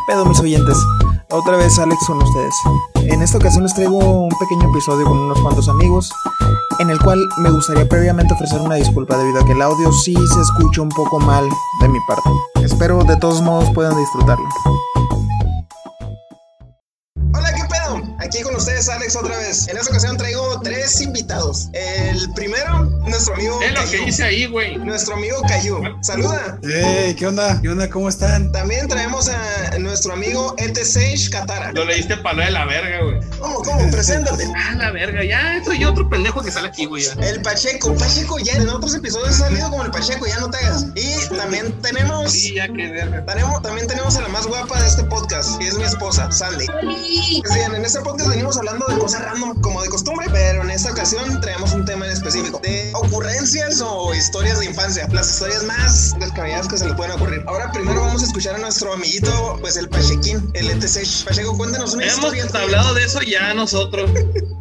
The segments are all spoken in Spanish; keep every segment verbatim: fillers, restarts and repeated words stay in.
pedo, mis oyentes? Otra vez Alex con ustedes. En esta ocasión les traigo un pequeño episodio con unos cuantos amigos, en el cual me gustaría previamente ofrecer una disculpa debido a que el audio sí se escucha un poco mal de mi parte. Espero de todos modos puedan disfrutarlo. Hola, ¿qué pedo? Aquí con ustedes Alex otra vez. En esta ocasión traigo tres invitados. El primero, nuestro amigo Es lo Cayu. que hice ahí, güey. Nuestro amigo Cayu. Saluda. Hey, ¿qué onda? ¿Qué onda? ¿Cómo están? También traemos a nuestro amigo E T seis Katara. Lo leíste palo de la verga, güey. ¿Cómo? ¿Cómo? Preséntate. Ah, la verga, ya soy yo otro pendejo que sale aquí, güey. Ya. El Pacheco. Pacheco ya en otros episodios ha salido como el Pacheco, ya no te hagas. Y también tenemos... Sí, ya que verga. Tenemos, también tenemos a la más guapa de este podcast, que es mi esposa, Sandy. Pues bien, en este podcast venimos hablando de cosas random como de costumbre, pero en esta ocasión traemos un tema en específico de ocurrencias o historias de infancia, las historias más descabelladas que se le pueden ocurrir. Ahora primero vamos a escuchar a nuestro amiguito, pues el Pachequín, el E T seis. Pacheco, cuéntanos una Hemos historia. hablado de eso ya nosotros.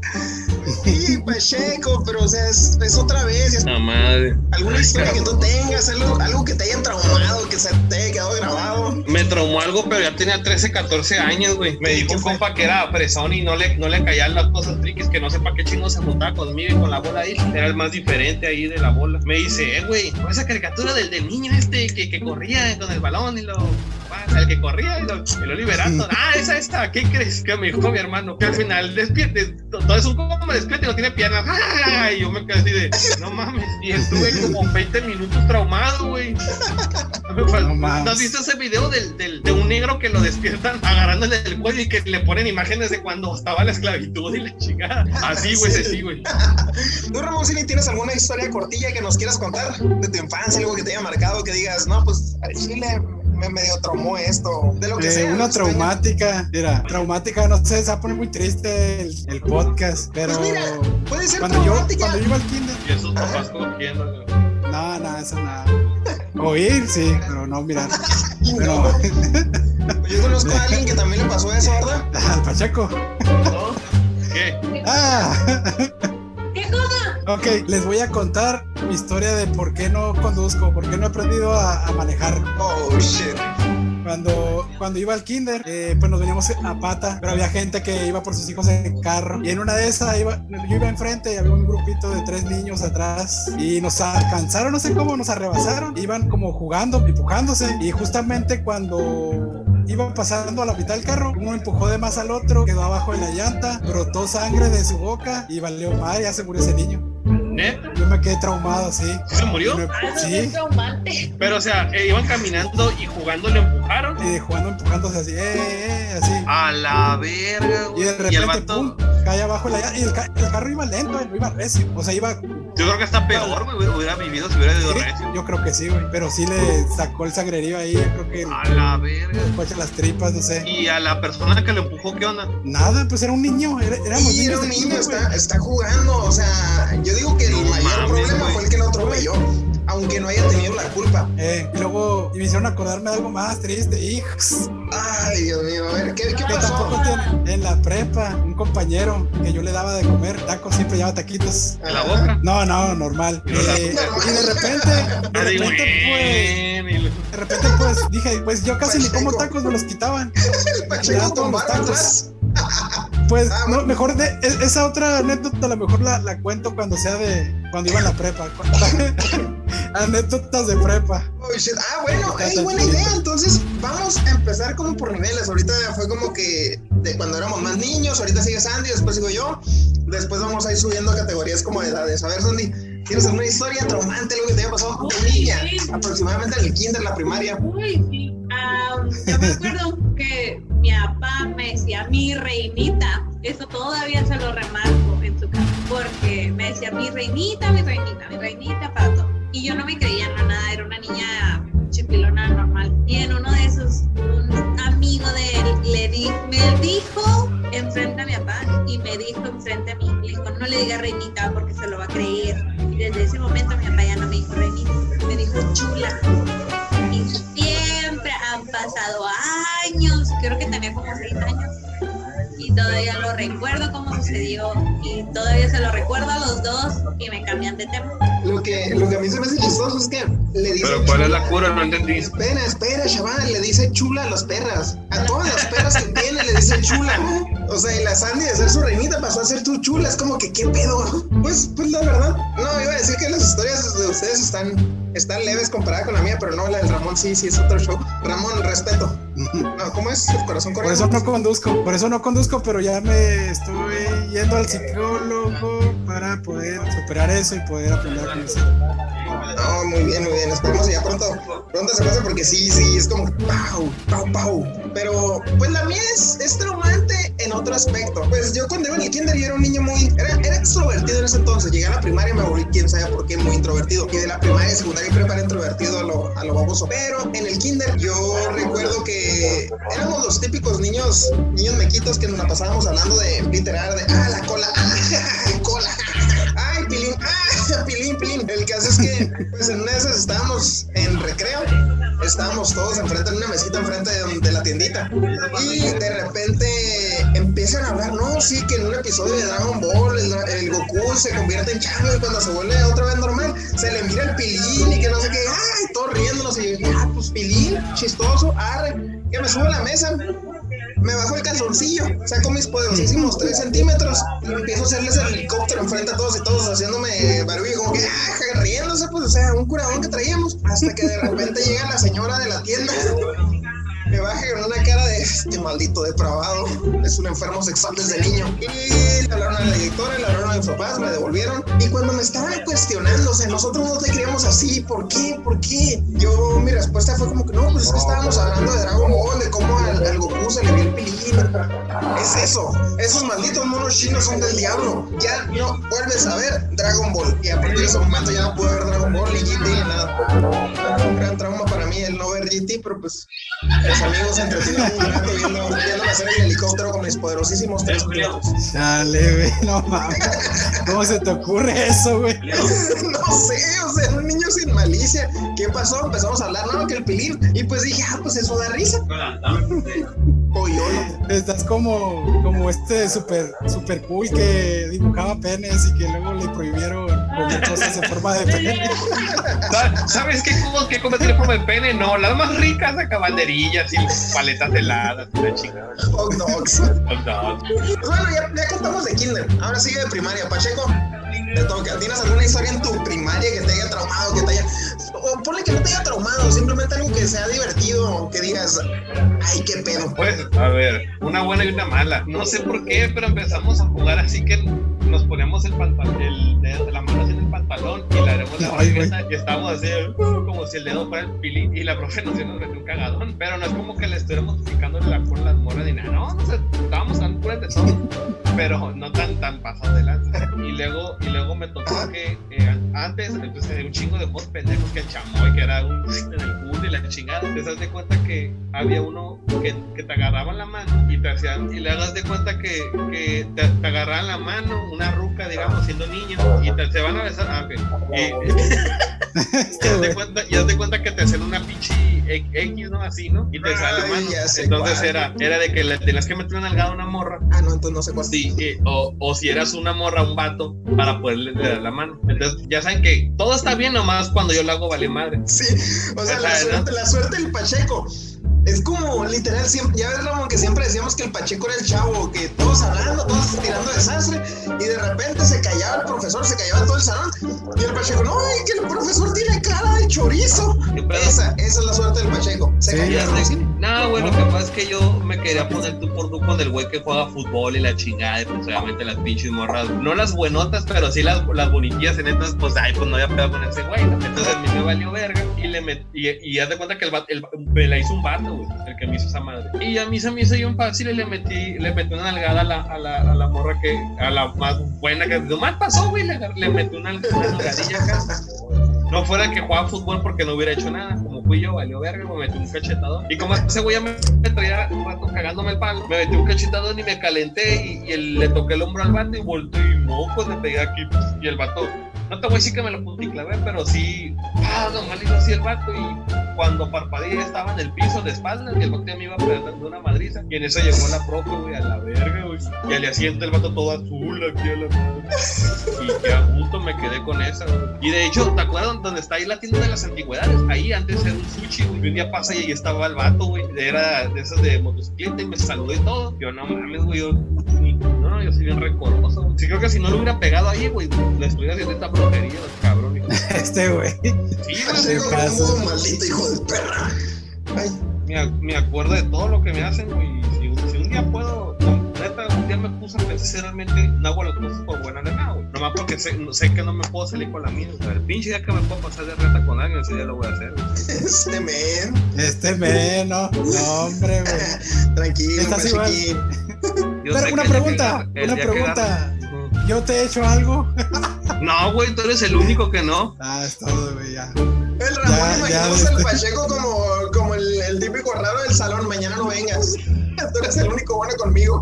Sí, Pacheco, pero o sea, es, es otra vez. Es... La madre. ¿Alguna historia que tú tengas? Algo, algo que te hayan traumado, que se te haya quedado grabado. Me traumó algo, pero ya tenía trece, catorce años, güey. Me dijo un compa que era fresón y no le, no le caían las cosas triquis, que no sé para qué chingo se juntaba conmigo y con la bola ahí. Era el más diferente ahí de la bola. Me dice, eh, güey, esa caricatura del, del niño este que, que corría con el balón y lo... El que corría y lo, y lo liberaron. Ah, esa esta, ¿qué crees? Que me dijo mi hermano, que al final despierte, todo es un como despierta y no tiene piernas. ¡Ah! Y yo me quedé así de, no mames. Y estuve como veinte minutos traumado, güey. No, ¿No has visto ese video del, del, de un negro que lo despiertan agarrándole el cuello y que le ponen imágenes de cuando estaba la esclavitud y la chingada? Así, güey, sí. así, güey. ¿Tú, Ramoncini, tienes alguna historia cortilla que nos quieras contar de tu infancia, algo que te haya marcado, que digas, no, pues al chile me medio traumó esto, de lo que eh, sea? Una traumática, mira, traumática, no sé, se va a poner muy triste el, el podcast, pero pues mira, puede ser cuando yo, traumática. cuando yo iba al kinder, Y esos papás cogiendo, güey. no, no, eso nada. Oír, sí, pero no mirar. Pero, no. Yo conozco a alguien que también le pasó eso, ¿verdad? al Pacheco. ¿No? ¿Qué? Ah. ¿Qué cosa? Ok, les voy a contar mi historia de por qué no conduzco, por qué no he aprendido a, a manejar. Oh, shit. Cuando, cuando iba al kinder, eh, pues nos veníamos a pata, pero había gente que iba por sus hijos en carro. Y en una de esas, iba, yo iba enfrente y había un grupito de tres niños atrás. Y nos alcanzaron, no sé cómo, nos arrebasaron. Iban como jugando, empujándose. Y justamente cuando iba pasando a la mitad del carro, uno empujó de más al otro, quedó abajo de la llanta, brotó sangre de su boca y valió madre, ya se murió ese niño. ¿Neta? Yo me quedé traumado, sí. ¿Se murió? Me- Ah, no, sí. es traumante. Pero, o sea, eh, iban caminando y jugando le empujaron. Y jugando, empujándose así, eh, eh, así. A la verga, Y güey. de Y, el repente, vato, pum, cae abajo la llanta. Y el, ca- el carro iba lento, no iba recio. O sea, iba. yo creo que está peor, güey. Hubiera, hubiera vivido si hubiera ido Sí, recio. yo creo que sí, güey. Pero sí le sacó el sangrerío ahí. Yo creo que A la verga. después de las tripas, no sé. Y a la persona que lo empujó, ¿qué onda? Nada, pues era un niño. Era, éramos Sí, era niños un de niño, kinder, güey. está, está jugando, o sea, yo digo que el No mayor mames, problema güey. fue el que lo atropelló, aunque no haya tenido la culpa. Eh, y luego y me hicieron acordarme de algo más triste. Hijos. Ay, Dios mío, a ver, ¿qué, qué Que pasó? tampoco tiene. En la prepa, un compañero que yo le daba de comer tacos, siempre llevaba taquitos. ¿En la boca? No, no, normal. Y no la- Eh, y de repente, de Así, repente, pues. güey. y lo- De repente, pues, dije, pues yo casi ni como Pacheco. tacos, me los quitaban. El Pacheco Ya, con todos los barba tacos. atrás. Pues, Ah, no, bueno. mejor de, es- esa otra anécdota, a lo mejor la, la cuento cuando sea de, cuando iba en la prepa. Anécdotas de prepa. Oh, shit. Ah, bueno, Está hey, tan buena chiquito. idea. Entonces, vamos a empezar como por niveles. Ahorita fue como que de cuando éramos más niños, ahorita sigue Sandy, después sigo yo. Después vamos a ir subiendo categorías como de edades. A ver, Sandy, ¿tienes alguna historia traumante, algo que te haya pasado de niña? Aproximadamente en el kinder, la primaria. Uy, sí. Ah, yo me acuerdo que mi papá me decía mi reinita. Eso todavía se lo remarco en su casa. Porque me decía mi reinita, mi reinita, mi reinita para todo. Y yo no me creía no, nada, era una niña chipilona normal. Y en uno de esos, un amigo de él le di, me dijo enfrente a mi papá y me dijo enfrente a mí. Le dijo, no le diga reinita porque se lo va a creer. Y desde ese momento mi papá ya no me dijo reinita, me dijo chula. Y siempre han pasado años, creo que tenía como seis años. y todavía lo recuerdo cómo sucedió y todavía se lo recuerdo a los dos y me cambian de tema. Lo que, lo que a mí se me hace chistoso es que le dice. Pero ¿cuál es la cura? No entendí. Espera, espera, chaval, le dice chula a las perras. A todas las perras que tiene le dice chula. O sea, y la Sandy de ser su reinita pasó a ser tu chula. Es como que, ¿qué pedo? Pues, pues la verdad, no, iba a decir que las historias de ustedes están, están leves comparadas con la mía, pero no, la del Ramón sí, sí es otro show. Ramón, respeto. No, ¿cómo es? El corazón Por eso no conduzco, por eso no conduzco, pero ya me estoy yendo al psicólogo para poder superar eso y poder aprender a conducir. No, muy bien, muy bien. Esperemos que ya pronto, pronto se pase porque sí, sí, es como pau, pau, pau. Pero, pues la mía es, es traumante en otro aspecto. Pues yo cuando iba en el kinder yo era un niño muy, era, era extrovertido en ese entonces. Llegué a la primaria y me volví, quién sabe por qué, muy introvertido. Y de la primaria, secundaria y prepa era introvertido a lo, a lo baboso. Pero en el kinder yo recuerdo que éramos los típicos niños, niños mequitos que nos la pasábamos hablando de literal, de, ah, la cola, ah, cola, ay, pilín, ah, pilín, pilín. El caso es que, pues en una de esas estábamos en recreo, estábamos todos enfrente, en una mesita enfrente de, de la tiendita, y de repente empiezan a hablar, no, sí, que en un episodio de Dragon Ball el, el Goku se convierte en chango y cuando se vuelve otra vez normal, se le mira el pilín y que no sé qué, ay, todos riéndonos y yo, ah, pues pilín, chistoso, arre, que me subo a la mesa, me bajo el calzoncillo, saco mis poderosísimos tres centímetros y empiezo a hacerles el helicóptero enfrente a todos y todos haciéndome barullo, como que ah, riéndose, pues, o sea, un curadón que traíamos, hasta que de repente llega la señora de la tienda, me baja con una cara de este maldito depravado, es un enfermo sexual desde niño. Y le hablaron a la directora, le hablaron a mis papás, me devolvieron. Y cuando me estaban cuestionando, o sea, nosotros no te queríamos así, ¿por qué? ¿Por qué? Yo, mi respuesta fue como que no, pues es que estábamos hablando de Dragon Ball, de cómo al, al Goku se le vio el pilín. Es eso, esos malditos monos chinos son del diablo. Ya no vuelves a ver Dragon Ball. Y a partir de ese momento ya no pude ver Dragon Ball, ni G T, ni nada. Un gran trauma para mí el no ver G T, pero pues los amigos se entretienen un rato viendo, viendo hacer el helicóptero con mis poderosísimos tres pilotos. Dale, güey, no mames. ¿Cómo se te ocurre eso, güey? No sé, o sea, un niño sin malicia. ¿Qué pasó? Empezamos a hablar, no, que el pilín. Y pues dije, ah, pues eso da risa. Pollolo. Estás como, como este super, super cool que dibujaba penes y que luego le prohibieron poner cosas en forma de pene. ¿Sabes qué cosas que comer en forma de pene? No, las más ricas de caballerillas y paletas heladas, una chingada. Hot dogs. Hot dogs. Pues bueno, ya, ya contamos de kinder. Ahora sigue de primaria. Pacheco, te toca. ¿Tienes alguna historia en tu primaria que te haya traumado, que te haya... O ponle que no te haya traumado, simplemente algo que sea divertido, que digas, ay, qué pedo? Pues, a ver, una buena y una mala. No sé por qué, pero empezamos a jugar así que nos poníamos el pantalón, el dedo de la mano así en el pantalón y la haremos la cabeza y estábamos así, uh, como si el dedo fuera el pilín y la profe nos dio un cagadón, pero no es como que le estuviéramos picando la por las morras ni nada, no, no sé, estábamos tan puras de todo, pero no tan tan pasados de lanza. Y luego, y luego me tocó que eh, antes, entonces un chingo de juegos pendejos que el chamoy, que era un en el pool y la chingada, te das de cuenta que había uno que, que te agarraban la mano y te hacían, y le hagas de cuenta que, que te, te agarraban la mano, una ruca, digamos, siendo niño, y te, se van a besar, ah, ok, y, y haz de cuenta, y haz de cuenta que te hacen una pinche X, ¿no? Así, ¿no? Y te sale la mano. Entonces era, era de que le tenías que meter una nalgada a una morra. Ah, no, entonces no sé cuál. Sí, eh, o, o si eras una morra, un vato, para poderle dar la mano. Entonces, ya saben que todo está bien nomás cuando yo lo hago vale madre. Sí, o sea, la suerte, la suerte del Pacheco. Es como literal, siempre, ya ves, Ramón, que siempre decíamos que el Pacheco era el chavo, que todos hablando, todos tirando desastre, y de repente se callaba el profesor, se callaba todo el salón, y el Pacheco, no, ay, que el profesor tiene cara de chorizo. Esa, esa es la suerte del Pacheco. Se sí, callaba. ¿Sí? No, bueno, lo que pasa es que yo me quería poner tú por tú con el güey que juega fútbol y la chingada, y pues obviamente las pinches morras, no las buenotas, pero sí las, las bonitillas, en estas, pues, ay, pues no había pedo con ese güey, ¿no? Entonces a mí me valió verga, y le metí, y, y haz de cuenta que el, el, me la hizo un vato, güey, el que me hizo esa madre. Y a mí se me hizo bien fácil y le metí, le metí una nalgada a la, a la, a la morra que, a la más buena que nomás pasó, güey, le, le metí una, una nalgadilla acá. No fuera que jugaba fútbol porque no hubiera hecho nada. Como fui yo, valió verga, me metí un cachetadón. Y como ese güey ya me, me traía un rato cagándome el palo, me metí un cachetadón y me calenté y, y el, le toqué el hombro al vato y volteé y mocos le pegué aquí. Y el vato, no te voy a decir que me lo punticlavé, pero sí, ah, nomás le hizo así el vato y cuando parpadeé estaba en el piso de espaldas y el vato me iba dando una madriza. Y en eso llegó la profe, güey, a la verga, güey. Y al día siguiente el vato todo azul aquí a la madre. Y que a gusto me quedé con esa, güey. Y de hecho, ¿te acuerdas donde está ahí la tienda de las antigüedades? Ahí antes era un sushi, güey. Y un día pasa y ahí estaba el vato, güey. Era de esas de motocicleta y me saludó y todo. Yo, no mames, güey. Yo, no, no, yo soy bien recoroso, güey. Sí, creo que si no lo hubiera pegado ahí, güey, le estuviera haciendo esta brujería, los cabrón. Este, güey. Sí, güey. Sí, maldito hijo de perra. Ay. Me, me acuerdo de todo lo que me hacen, güey. Si, si un día puedo, neta, un día me puse a pensar realmente, no hago las cosas por buena nada, güey. Nomás porque sé, sé que no me puedo salir con la mía. O sea, el pinche día que me puedo pasar de reta con alguien, ese día lo voy a hacer, güey. Este men. Este men, no. No, hombre, güey. Tranquilo, Estás igual. Pero una pregunta, una pregunta. ¿Yo te he hecho algo? No, güey, tú eres el único que no. Ah, es todo, güey, ya. El Ramón, imaginamos al Pacheco como, como el, el típico raro del salón. Mañana no vengas. Tú eres el único bueno conmigo.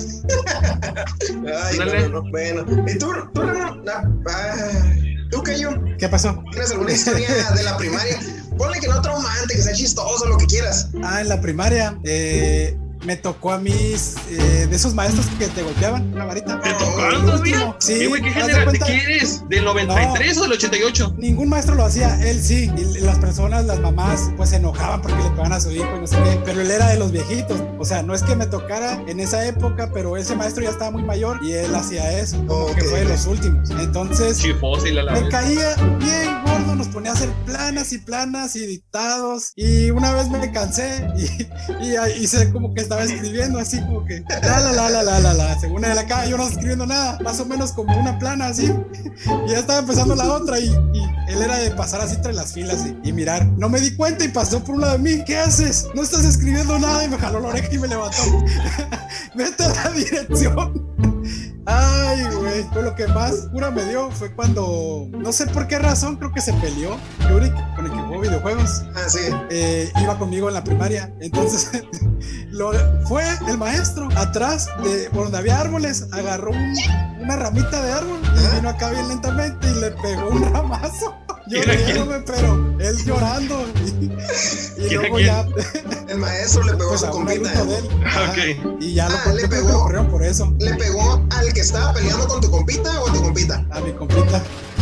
Ay, no, no, no. Bueno. ¿Y tú, tú Ramón? No. Ay. ¿Tú qué yo? ¿Qué pasó? ¿Tienes alguna historia de la primaria? Ponle que no traumante, que sea chistoso, lo que quieras. Ah, en la primaria, eh... me tocó a mí eh, de esos maestros que te golpeaban una varita. ¿Te tocaron todavía? Sí, güey, ¿qué generación de quién eres? ¿Del noventa y tres no, o del ochenta y ocho? Ningún maestro lo hacía, él sí. Y las personas, las mamás, pues se enojaban porque le pegaban a su hijo y no sé qué. Pero él era de los viejitos. O sea, no es que me tocara en esa época, pero ese maestro ya estaba muy mayor y él hacía eso. Como okay. que fue de los últimos. Entonces, Chifósil a la me vez. Caía bien gordo, nos ponía a hacer planas y planas y dictados. Y una vez me cansé y, y, y hice como que estaba escribiendo así como que la la la la la la la según él acá yo no escribiendo nada, más o menos como una plana así, y ya estaba empezando la otra y, y él era de pasar así entre las filas y, y mirar, no me di cuenta y pasó por un lado de mí, ¿qué haces? No estás escribiendo nada, y me jaló la oreja y me levantó. Vete a la dirección. Ay, güey, pues lo que más cura me dio fue cuando, no sé por qué razón, creo que se peleó Yuri, con el que jugó videojuegos. Ah, sí. Eh, iba conmigo en la primaria, entonces lo, fue el maestro atrás de por donde había árboles, agarró un, una ramita de árbol y vino acá bien lentamente y le pegó un ramazo. Yo riéndome, pero él llorando y, y luego ya el maestro le pegó pues a su compita de él. Okay. Y ya lo ah, le pegó, corrieron por eso. ¿Le pegó al que estaba peleando con tu compita o a tu compita? A mi compita.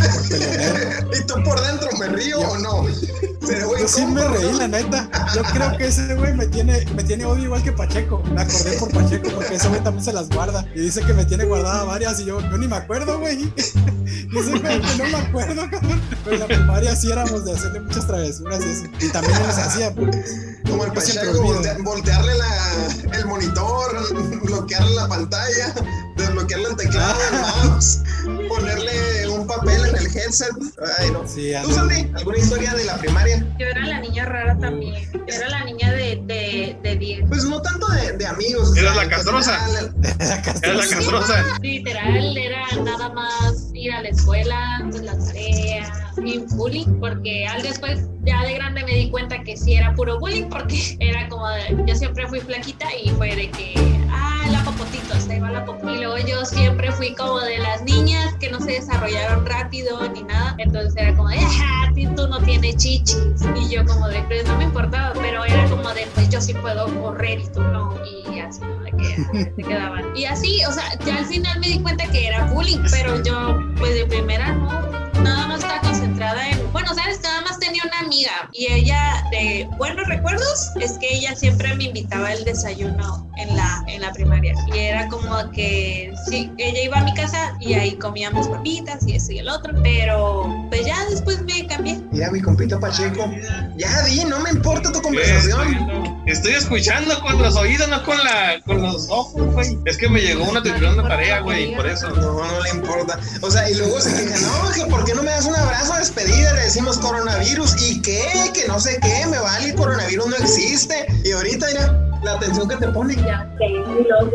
¿Y tú por dentro me río yo, o no? Pero, yo sí me reí, la neta. Yo creo que ese güey me tiene, me tiene odio igual que Pacheco. Me acordé por Pacheco porque ese güey también se las guarda. Y dice que me tiene guardada varias y yo, yo ni me acuerdo, güey. Dice que no me acuerdo, cabrón. Pero en la primaria sí éramos de hacerle muchas travesuras y eso. Y también no las hacía. Porque como el Pacheco, voltea, voltearle la, el monitor, bloquearle la pantalla, desbloquearle el teclado del mouse, ponerle un papel en el headset. Ay, no. Sí, ¿Tú, Sandy, alguna historia de la primaria? Yo era la niña rara también. Yo era la niña de, de, de diez. Pues no tanto de, de amigos. Era la castrosa. Era la castrosa. Literal, era nada más ir a la escuela, pues la tarea, y bullying, porque al después ya de grande me di cuenta que sí era puro bullying, porque era como de, yo siempre fui flaquita y fue de que, ah, la popotito, se iba la popotito. Y luego yo siempre fui como de las niñas que no se desarrollaron rápido ni nada, entonces era como de, ah, tú no tienes chichis, y yo como de, pues no me importaba, pero era como de, pues yo sí puedo correr y tú no, y así, ¿no? De que se quedaban. Y así, o sea, ya al final me di cuenta que era bullying, pero yo, pues de primera no, nada más estaba concentrada en, bueno, ¿sabes? Nada más tenía una amiga y ella, de buenos recuerdos, es que ella siempre me invitaba el desayuno en la, en la primaria y era como que, sí, ella iba a mi casa y ahí comíamos papitas y eso y el otro, pero pues ya después me cambié. Mira mi compito Pacheco, ya di, no me importa tu conversación. Estoy, estoy escuchando con los oídos, no con, la, con los ojos, güey. Es que me llegó una atención de tarea, güey, por eso. No, no le importa. O sea, y luego se queja, no, que ¿por qué no me das un abrazo de despedida? Le decimos coronavirus. ¿Y qué? Que no sé qué, me vale, el coronavirus no existe. Y ahorita, mira, la atención que te pone. Ya sé, muy loco.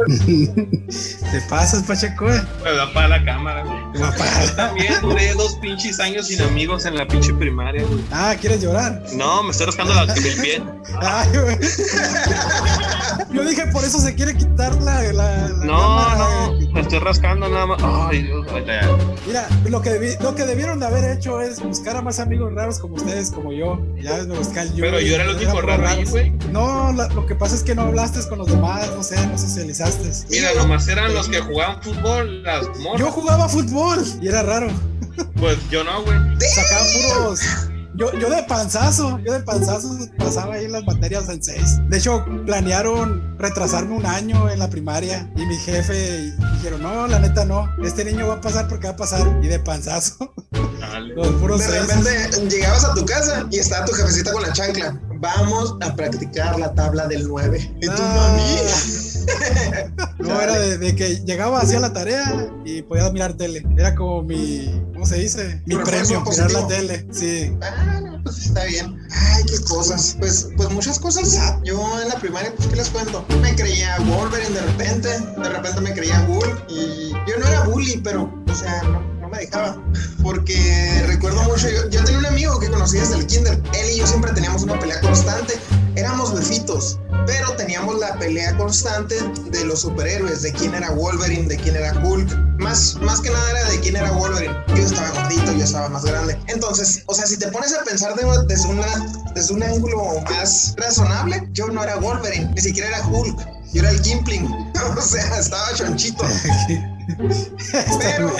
Te pasas, Pacheco. Me va para la cámara, güey. Me va para la... También duré dos pinches años sin amigos en la pinche primaria, güey. Ah, ¿quieres llorar? No, me estoy rascando la, el pie. Ay, güey. Yo dije, por eso se quiere quitar la, la, la No, cámara. no, me estoy rascando nada más. Ay, Dios, ahorita ya. Mira, lo que, debi- lo que debieron de haber hecho es buscar a más amigos raros como ustedes, como yo. Ya me busqué al Pero yo era el único puro raro ahí, raros. güey. No, la- lo que pasa es que no hablaste con los demás, no sé, no socializaste. Mira, nomás eran los que jugaban fútbol, las morras. Yo jugaba fútbol y era raro. Pues yo no, güey. Sacaba puros. Yo, yo de panzazo, yo de panzazo pasaba ahí las materias en seis. De hecho, planearon retrasarme un año en la primaria y mi jefe dijeron, no, la neta no, este niño va a pasar porque va a pasar. Y de panzazo. Dale. Los puros De seis. repente llegabas a tu casa y estaba tu jefecita con la chancla. Vamos a practicar la tabla del nueve. Y tú, Ah. mami. No, era de, de que llegaba, hacía la tarea y podía mirar tele. Era como mi, ¿cómo se dice? Mi Refuerzo premio, mirar la positivo. tele. Sí. Ah, no, pues está bien. Ay, qué cosas. Pues, pues muchas cosas. Yo en la primaria, pues, ¿qué les cuento? Me creía Wolverine de repente. De repente me creía Bull. Y yo no era bully, pero, o sea, no, no me dejaba. Porque recuerdo mucho, yo, yo tenía un amigo que conocí desde el kinder. Él y yo siempre teníamos una pelea constante. Éramos befitos, pero teníamos la pelea constante de los superhéroes, de quién era Wolverine, de quién era Hulk. Más, más que nada era de quién era Wolverine. Yo estaba gordito, yo estaba más grande. Entonces, o sea, si te pones a pensar de, desde, una, desde un ángulo más razonable, yo no era Wolverine, ni siquiera era Hulk. Yo era el Kimpling. O sea, estaba chonchito. Pero...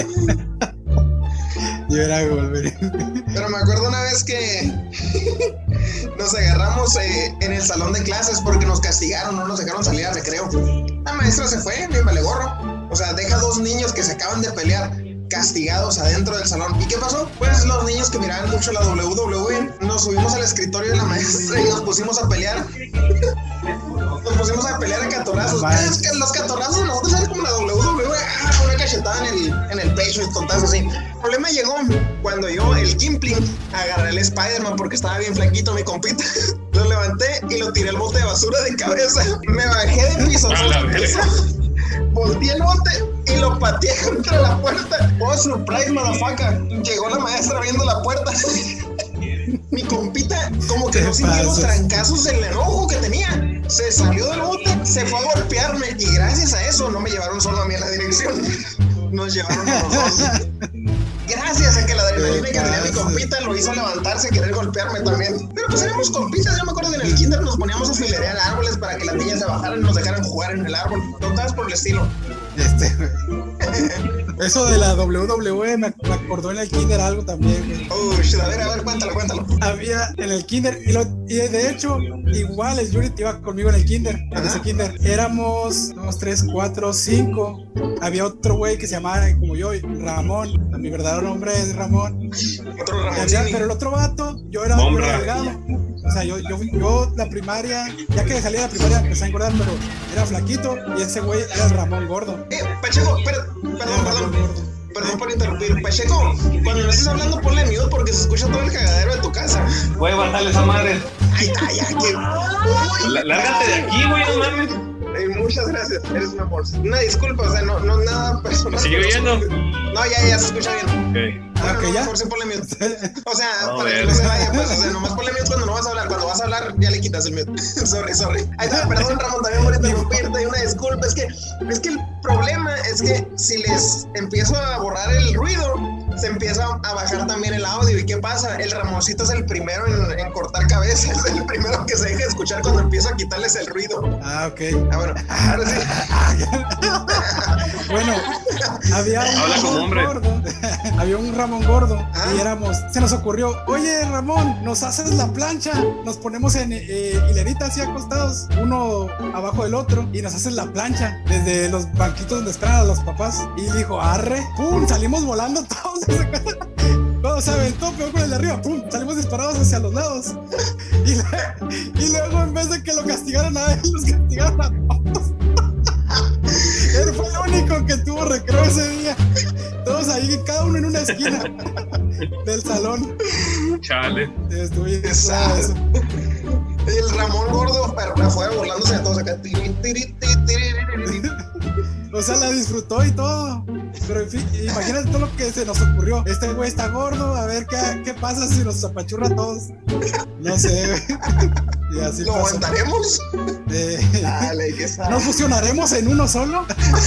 Yo era Wolverine. Pero me acuerdo una vez que nos agarramos eh, en el salón de clases porque nos castigaron, no nos dejaron salir al recreo. La maestra se fue, bien vale gorro. O sea, deja dos niños que se acaban de pelear castigados adentro del salón. ¿Y qué pasó? Pues los niños que miraban mucho la doble u doble u E nos subimos al escritorio de la maestra y nos pusimos a pelear. Nos pusimos a pelear a catorrazos. Ah, es que los catorrazos de nosotros eran como la doble u doble u E. Ah, una cachetada en el, en el pecho y tontazo así. El problema llegó cuando yo, el Kimpling, agarré el Spider-Man porque estaba bien flaquito mi compita. Lo levanté y lo tiré al bote de basura de cabeza. Me bajé de piso. Volteé el bote y lo pateé contra la puerta. Oh, surprise, motherfucker. Llegó la maestra abriendo la puerta. Mi compita como que no sintió los trancazos del enojo que tenía. Se salió del bote, se fue a golpearme y gracias a eso no me llevaron solo a mí a la dirección. Nos llevaron a los dos. Gracias a que la adrenalina que tenía mi compita lo hizo levantarse y querer golpearme también. Pero pues éramos compitas. Yo me acuerdo que en el kinder nos poníamos a filerear árboles para que las niñas se bajaran y nos dejaran jugar en el árbol. Tontadas por el estilo. Este, eso de la doble u doble u E me, me acordó en el kinder algo también, güey. Uy, a ver, a ver, cuéntalo, cuéntalo. Había en el kinder, y, lo, y de hecho, igual el Yuri iba conmigo en el kinder, en ese kinder. Éramos dos, tres, cuatro, cinco. Había otro güey que se llamaba como yo, Ramón. Mi verdadero nombre es Ramón. Otro Ramón. Pero el otro vato, yo era, yo era delgado. O sea, yo, yo, yo la primaria, ya que salí de la primaria empecé a engordar, pero era flaquito y ese güey era el Ramón gordo. Eh, Pacheco, espera, perdón, perdón. Perdón por interrumpir. Pacheco, cuando no estés hablando ponle mute porque se escucha todo el cagadero de tu casa. Güey, bájale esa madre. Ahí está, ya que... L- Lárgate de aquí, güey, no mames. Eh, muchas gracias, eres un amor. Una disculpa, o sea, no, no nada personal. ¿Sigue oyendo? No, ya, ya se escucha bien. Ok. Ah, Bueno, ok, no, ya. mejor sí ponle mute. O sea, A para que ver. no se vaya, pues, o sea, nomás ponle mute cuando no vas a hablar. Cuando vas a hablar, ya le quitas el mute. Sorry, sorry. Ahí está, perdón, Ramón, también por interrumpirte. Una disculpa, es que, es que el problema es que si les empiezo a borrar el ruido, se empieza a bajar también el audio. ¿Y qué pasa? El Ramoncito es el primero en, en cortar cabezas, es el primero que se deja de escuchar cuando empiezo a quitarles el ruido. Ah, ok. Ah, bueno, ahora sí. Bueno, había un Habla como Ramón hombre. gordo. Había un Ramón gordo Ah. y éramos, se nos ocurrió, oye Ramón, nos haces la plancha, nos ponemos en eh, hilerita así acostados, uno abajo del otro, y nos haces la plancha desde los banquitos donde esperan a los papás. Y dijo, arre, pum, salimos volando todos. Cuando se aventó, pegó con el de arriba, pum, salimos disparados hacia los lados. Y, le- y luego en vez de que lo castigaran a él, los castigaron a todos. Él fue el único que tuvo recreo ese día. Todos ahí, cada uno en una esquina del salón. Chale. Estuvo bien Exacto. suave eso. El Ramón gordo, pero afuera burlándose de todos acá. Tiri, tiri, tiri, tiri, tiri. O sea, la disfrutó y todo. Pero en fin, imagínate todo lo que se nos ocurrió. Este güey está gordo, a ver qué, qué pasa si nos apachurra a todos. No sé, güey. Y así ¿Lo pasó. aguantaremos? Eh, Dale, ¿Nos fusionaremos en uno solo?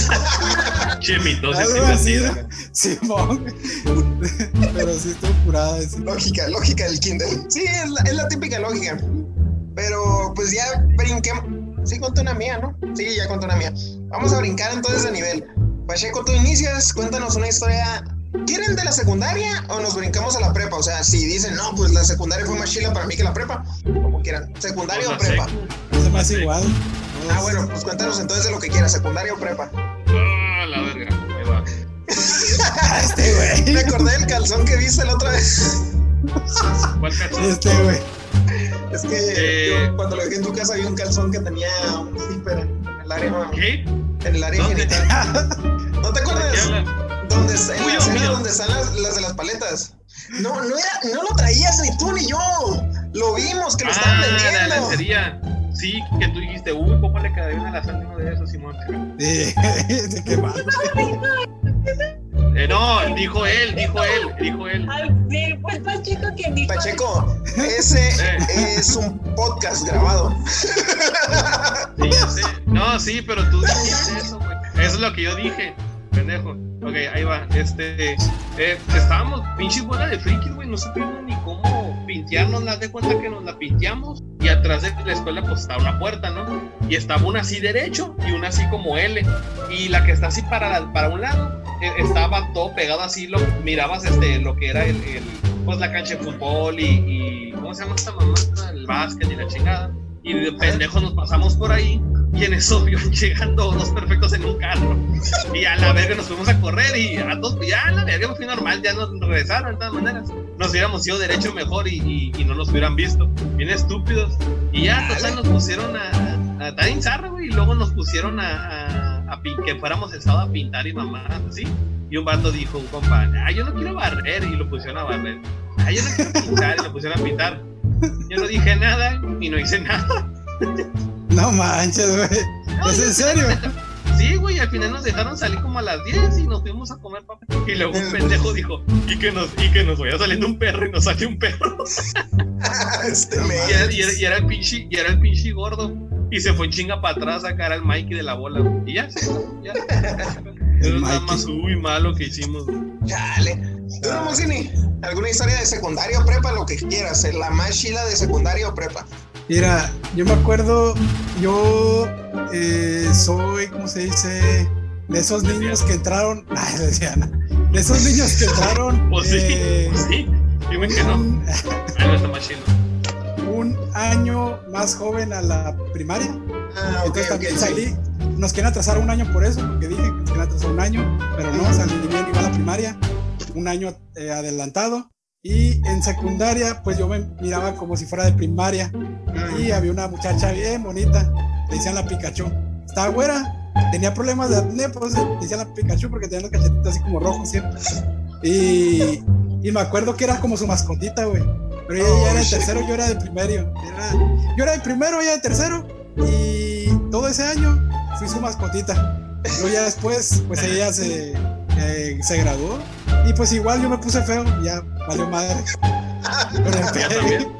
Chemitosis Algo así, Simón. Pero sí estuvo curada eso. Lógica, lógica del kinder. Sí, es la, es la típica lógica. Pero pues ya brinquemos. Sí, conté una mía, ¿no? Sí, ya conté una mía. Vamos a brincar entonces de nivel. Pacheco, tú inicias, cuéntanos una historia. ¿Quieren de la secundaria o nos brincamos a la prepa? O sea, si dicen, no, pues la secundaria fue más chila para mí que la prepa, como quieran. ¿Secundaria o prepa? Es más igual. Ah, bueno, pues cuéntanos entonces de lo que quieras, secundaria o prepa. Ah, la verga, ahí va. Este güey. Me acordé del calzón que viste la otra vez. ¿Cuál calzón? Este güey. Es que Eh. yo, cuando lo dejé en tu casa, vi un calzón que tenía un zipper en el área, ¿Qué? en el área ¿Dónde? genital. ¿No te ¿De qué acuerdas? hablas? Donde está, en Uy, la escena mío. donde están las, las de las paletas. No, no era, no lo traías ni tú ni yo. Lo vimos que lo estaban Ah, la vendiendo. lencería. Sí, que tú dijiste, uy, ¿cómo le quedaría una lasaña uno de esos, Simón? Sí, sí, qué mal. Eh, no, dijo él, dijo él, dijo él. Ay, sí, fue el Pacheco quien dijo. Pacheco, ese Eh. es un podcast grabado. Sí, ya sé. No, sí, pero tú dijiste eso, güey. Eso es lo que yo dije, pendejo. Ok, ahí va. Este, eh, estábamos pinches bola de frikis, güey. No supimos ni cómo pintearnos. Las de cuenta que nos la pinteamos. Y atrás de la escuela, pues estaba una puerta, ¿no? Y estaba una así derecho y una así como L. Y la que está así para, la, para un lado, eh, estaba todo pegado así. Lo mirabas este, lo que era el, el pues la cancha de fútbol y, y ¿cómo se llama esta mamá? El básquet y la chingada. Y de pendejos nos pasamos por ahí. Y en eso iban llegando dos perfectos en un carro. Y a la verga nos fuimos a correr. Y a todos, ya a la verga me fui normal. Ya nos regresaron de todas maneras. Nos hubiéramos ido derecho mejor y, y, y no nos hubieran visto. Bien estúpidos. Y ya, total, nos pusieron a, a, a estar en zarra, güey. Y luego nos pusieron a, a, a pin, que fuéramos el sábado a pintar y mamá, ¿sí? Y un vato dijo, un compa, ah, yo no quiero barrer. Y lo pusieron a barrer. Ah, yo no quiero pintar. Y lo pusieron a pintar. Yo no dije nada y no hice nada. No manches, güey. No, ¿Es yo- en serio? Sí, güey, al final nos dejaron salir como a las diez y nos fuimos a comer papá. Y luego un pendejo dijo, y que nos, y que nos vaya saliendo un perro y nos salió un perro. Este No me- Y era, y era- y era el pinche, y era el pinche gordo. Y se fue en chinga para atrás a sacar al Mikey de la bola, güey. Y ya, sí, ya. Eso es nada Mikey. más muy malo que hicimos, güey. Chale. ¿Tú, Ramosini? ¿Alguna historia de secundaria o prepa? Lo que quieras. La más chila de secundaria o prepa. Mira, yo me acuerdo, yo eh, soy, ¿cómo se dice? De esos niños que entraron, ay, lesbiana, de esos niños que entraron Pues sí, eh, pues sí. Dime que no. un, Ahí no está más chido. un año más joven a la primaria. Ah, ok, Entonces ok. también sí. salí, nos quieren atrasar un año por eso, porque dije que nos quieren atrasar un año, pero no, salí bien, iba a la primaria, un año eh, adelantado. Y en secundaria, pues yo me miraba como si fuera de primaria. Y había una muchacha bien bonita, le decían la Pikachu. Estaba güera, tenía problemas de acné, pues le decían la Pikachu porque tenía los cachetitos así como rojos siempre. Y, y me acuerdo que era como su mascotita, güey. Pero ella Oh, ya era de shit. tercero, yo era de primero. Era, yo era de primero, ella de tercero. Y todo ese año fui su mascotita. Luego ya después, pues ella se, eh, se graduó. Y pues igual yo me puse feo, ya valió madre. Con el Yo pelo. también,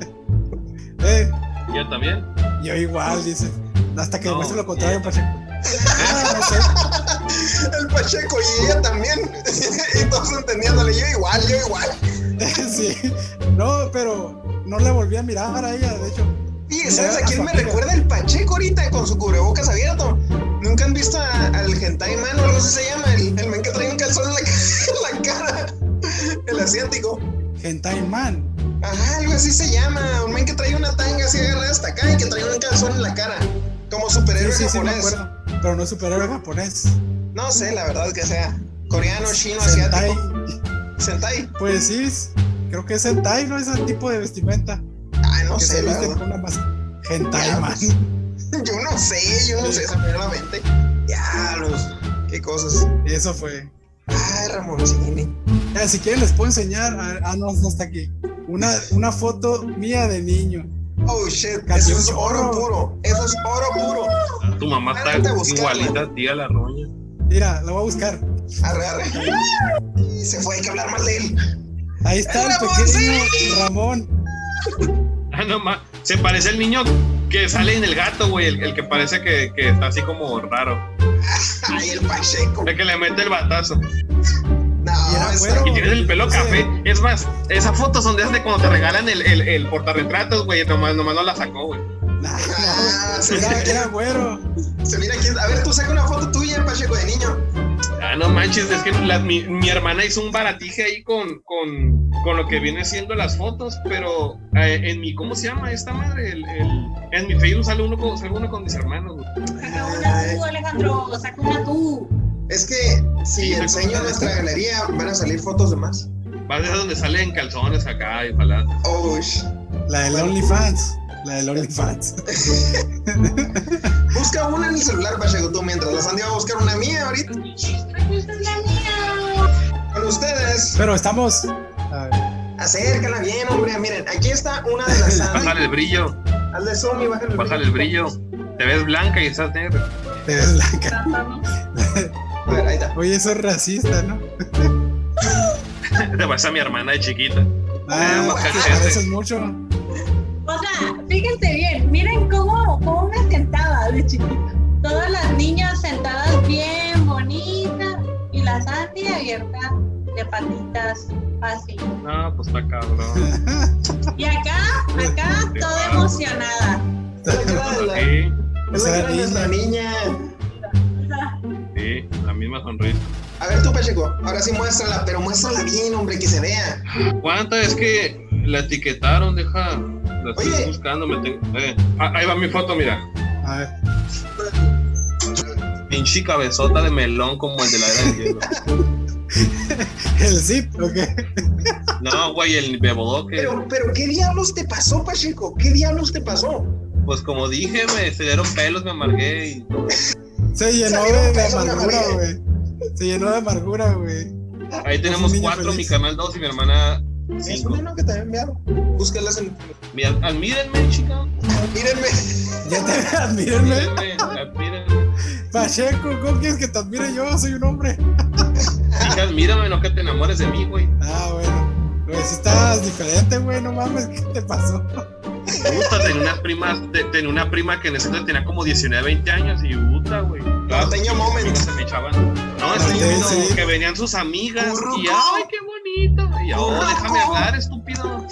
Eh, yo también. yo igual, dice. Hasta que No, demuestre lo contrario, yeah. Pacheco. Ah, no sé. El Pacheco y ella también. Y todos entendiéndole. Yo igual, yo igual. Sí. No, pero no le volví a mirar a ella, de hecho. Y ¿sabes a Mira, quién a me su amiga. recuerda el Pacheco ahorita con su cubrebocas abierto? ¿Nunca han visto a- al Hentai Man o algo así se llama? El, el men que trae un calzón en la, ca- en la cara. El asiático. Hentai Man. Ajá, algo así se llama. Un men que trae una tanga así agarrada hasta acá y que trae un calzón en la cara. Como Sí, superhéroe sí, sí, me japonés. acuerdo. Pero no es superhéroe japonés. No sé, la verdad que sea. Coreano, chino, Sentai. asiático. Sentai. Pues sí, Pues creo que es hentai, ¿no? Ese tipo de vestimenta. Ah, no que sé, se la visten verdad. con una más. Hentai Ya, Man. pues. Yo no sé, yo no sé, se me dio la mente. Ya, los. Qué cosas. Eso fue. Ay, Ramoncini. Ya, si quieren les puedo enseñar. a- Ah, no, no está aquí. Una, una foto mía de niño. Oh shit, Casi eso un es oro chorro. puro. Eso es oro puro. Tu mamá Vete a está buscarla. igualita a ti a la roña. Mira, la voy a buscar. Arre, arre. Y se fue, hay que hablar mal de él. Ahí está el ¡Ramón, pequeño sí! Ramón. Ah, no más. Se parece al niño que sale en el gato, güey, el, el que parece que, que está así como raro. Ay, el Pacheco. El que le mete el batazo. No, era es güero. Y tienes el pelo Sí. café. Es más, esas fotos son de esas de cuando te regalan el, el, el portarretratos, güey. Nomás, nomás no la sacó, güey. Nah, Ah, no, se era, mira, era güero. se mira quién. A ver, tú saca una foto tuya, Pacheco, de niño. Ah, no manches, es que la- mi, mi hermana hizo un baratije ahí con, con, con lo que viene siendo las fotos, pero eh, en mi, ¿cómo se llama esta madre? El, el, en mi Facebook sale uno con, sale uno con mis hermanos, güey. Saca una tú, Alejandro, saca una tú. Es que si Sí, enseño saca- nuestra galería, van a salir fotos de más. Va a ser donde salen calzones acá y ojalá. Oh, sh- La del OnlyFans. La del OnlyFans. Busca una en el celular, Pacheco, tú, mientras la Sandy va a buscar una mía ahorita. Esta es la mía. Con ustedes. Pero estamos. A ver. Acércala bien, hombre. Miren, aquí está una de las Sandy. Bájale el brillo, Hazle zoom y bájale el bájale el brillo. Te ves blanca y estás negra. Te ves blanca. A ver, ahí está. Oye, eso es racista, ¿no? Te vas a mi hermana de chiquita. Ah, más te cachete. pareces mucho. O sea, fíjense bien, miren cómo, cómo me sentaba de chiquita. Todas las niñas sentadas bien bonitas y la Sandy abierta de patitas así. No, pues está cabrón. Y acá, acá toda emocionada. Es la cara de la, Sí, es la cara de nuestra niña. sí, la misma sonrisa. A ver tú, Pacheco, ahora sí muéstrala, pero muéstrala bien, hombre, que se vea. ¿Cuánta es que la etiquetaron? Deja, la estoy Oye. buscando. Me tengo, eh. Ah, ahí va mi foto, mira. A ver. Pinche cabezota de melón como el de la era del hielo. El zip, ¿o qué? No, güey, el bebodoque. Pero, pero, ¿qué diablos te pasó, Pacheco? ¿Qué diablos te pasó? Pues como dije, me se dieron pelos, me amargué y Se llenó Salieron de, de pesos, amargura, camarada. güey. Se llenó de amargura, güey. ahí tenemos un niño cuatro, feliz. mi canal dos y mi hermana Es cinco. una que también enviaron. Búscalas en. Mi- Admírenme, chica. Mírenme. Ya te admírenme. Admírenme, admírenme. Pacheco, ¿cómo quieres que te admire yo? Soy un hombre. Hija, admírame, no que te enamores de mí, güey. Ah, bueno. Pues si estás diferente, güey, no mames, ¿qué te pasó? Puta, tenía una prima, te- tenía una prima que en ese entonces tenía como diecinueve, veinte años y puta, güey. Norteño moment. Se me echaban. No, es Sí, que sí. que venían sus amigas Curruco. y ay, qué bonito. Y yo, Curruco. déjame hablar, estúpido.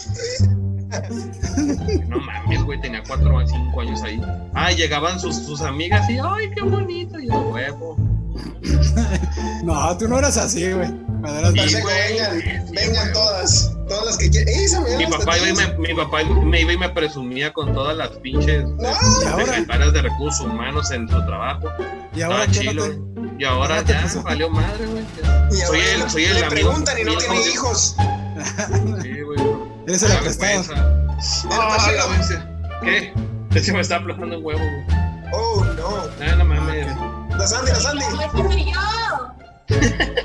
No mames, güey, tenía cuatro o cinco años ahí. Ah, llegaban sus, sus amigas y ay, qué bonito. Y yo, huevo. No, tú no eras así, güey. Cuando eras Sí, Pacheco, güey. vengan, Sí, vengan güey. todas. Todas las que quieran. ¡Ey, se me Mi dieron las papá, iba y tetillas! me, mi papá me iba y me presumía con todas las pinches No. Y ahora, secretarias de recursos humanos en su trabajo. y ahora Estaba ¿qué no chilo. te... Y ahora ahora te ya puso. valió madre, güey. Y Soy ahora el, soy le el amigo. preguntan y no hijo tiene de- hijos. Sí, güey. Eres el Ah, apestado. vergüenza. Ah, Pacheco. la bestia. ¿Qué? Es que me está aplastando un huevo, güey. Oh, no. Ah, no mames. La Sandy, la Sandy. No, ese soy yo.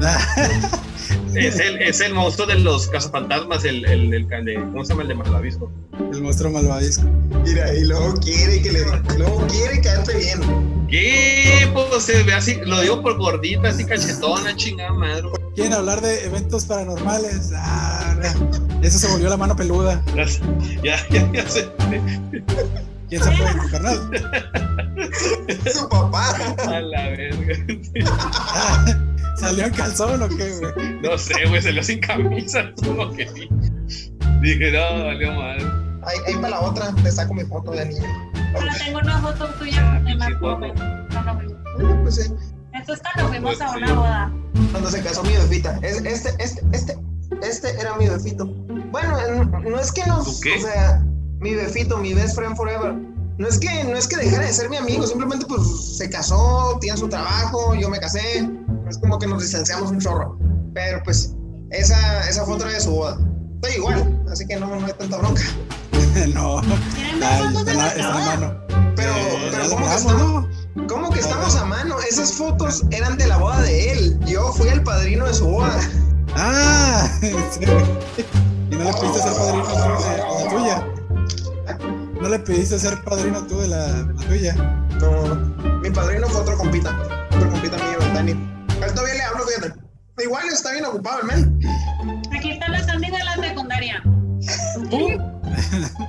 Es el, es el monstruo de los cazafantasmas, el, el, el, el de, ¿cómo se llama? El de Malvavisco. El monstruo malvadisco. Mira, y luego quiere que le luego quiere caerte bien. ¿Qué? Pues se ve así, lo digo por gordita, así cachetona, chingada madre. ¿Quieren hablar de eventos paranormales? Ah, no. Eso se volvió la mano peluda. Ya, ya, ya sé. ¿Quién se fue? ¿Tu carnal? Su papá. A la verga. Ah, ¿salió en calzón o qué, güey? No sé, güey, se lo sin camisa, todo lo que vi. Dije, no, valió mal. Ahí, ahí para la otra, te saco mi foto de niño. Pero tengo una foto tuya de Sí, más foto. joven. Cuando fuimos- Bueno, pues sí. Esto es cuando fuimos a Pues, una sí. boda. Cuando se casó mi befita. Es- Este, este, este, este era mi befito. Bueno, no, no es que nos, ¿Tú qué? o sea, mi befito, mi best friend forever. No es que, no es que dejara de ser mi amigo, simplemente pues se casó, tiene su trabajo, yo me casé. Es como que nos distanciamos un chorro. Pero pues, esa, esa foto era de su boda. Estoy igual, así que no, no hay tanta bronca. No. ¿Tienen más Ah, fotos está de en la, nuestra está en la boda? mano. Pero, Eh, pero ya ¿cómo que logramos, estamos? ¿no? ¿Cómo que estamos a mano? Esas fotos eran de la boda de él. Yo fui el padrino de su boda. Ah, ¿en serio? ¿Y no le pediste ser padrino tú de, de la tuya? ¿No le pediste ser padrino tú de la, de la tuya? No, mi padrino fue otro compita. Otro compita mío, el Dani. A él todavía le hablo, fíjate. Igual está bien ocupado el men. Aquí está la Sandy de la secundaria.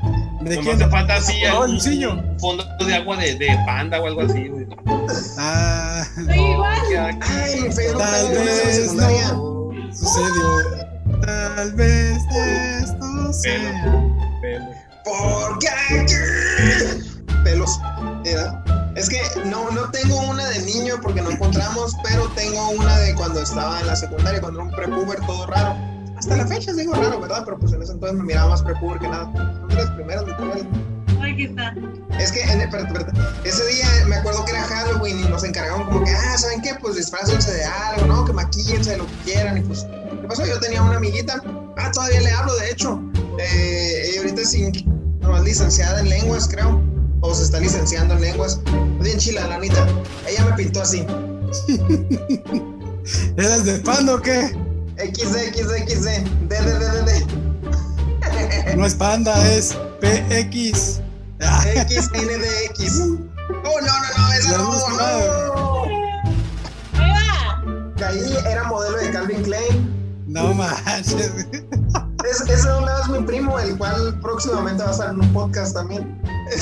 ¿De Nomás quién? te falta así Oh, un, Luisillo. un fondo de agua de, de panda o algo así, güey. Ah, Soy igual. Ay, mi Facebook tal tengo una de vez secundaria. no sucedió. Tal vez esto sea. Pelo. Porque aquí pelos. Mira, es que no, no tengo una de niño porque no encontramos, pero tengo una de cuando estaba en la secundaria, cuando era un prepuber todo raro. Hasta la fecha digo raro, ¿verdad? Pero pues en ese entonces me miraba más prepuber que nada. Son de las primeras, de primeras. Aquí está. Es que, en, espérate, espérate. Ese día me acuerdo que era Halloween y nos encargaron como que, ah, ¿saben qué? Pues disfrácense de algo, ¿no? Que maquíllense de lo que quieran. Y pues, ¿qué pasó? Yo tenía una amiguita. Ah, todavía le hablo, de hecho. Eh, ella ahorita es, no, es licenciada en lenguas, creo. O se está licenciando en lenguas. Es bien chila, la neta. Ella me pintó así. ¿Eres de Panda o qué? X D, X D, X D. D, D, D, D, D. No es Panda, es P X. Ah, X, N, D, X. Oh, no, no, no, esa Ya no, no no. Ahí va. Que ahí era modelo de Calvin Klein. no manches. Es, ese de un lado es mi primo, el cual próximamente va a estar en un podcast también.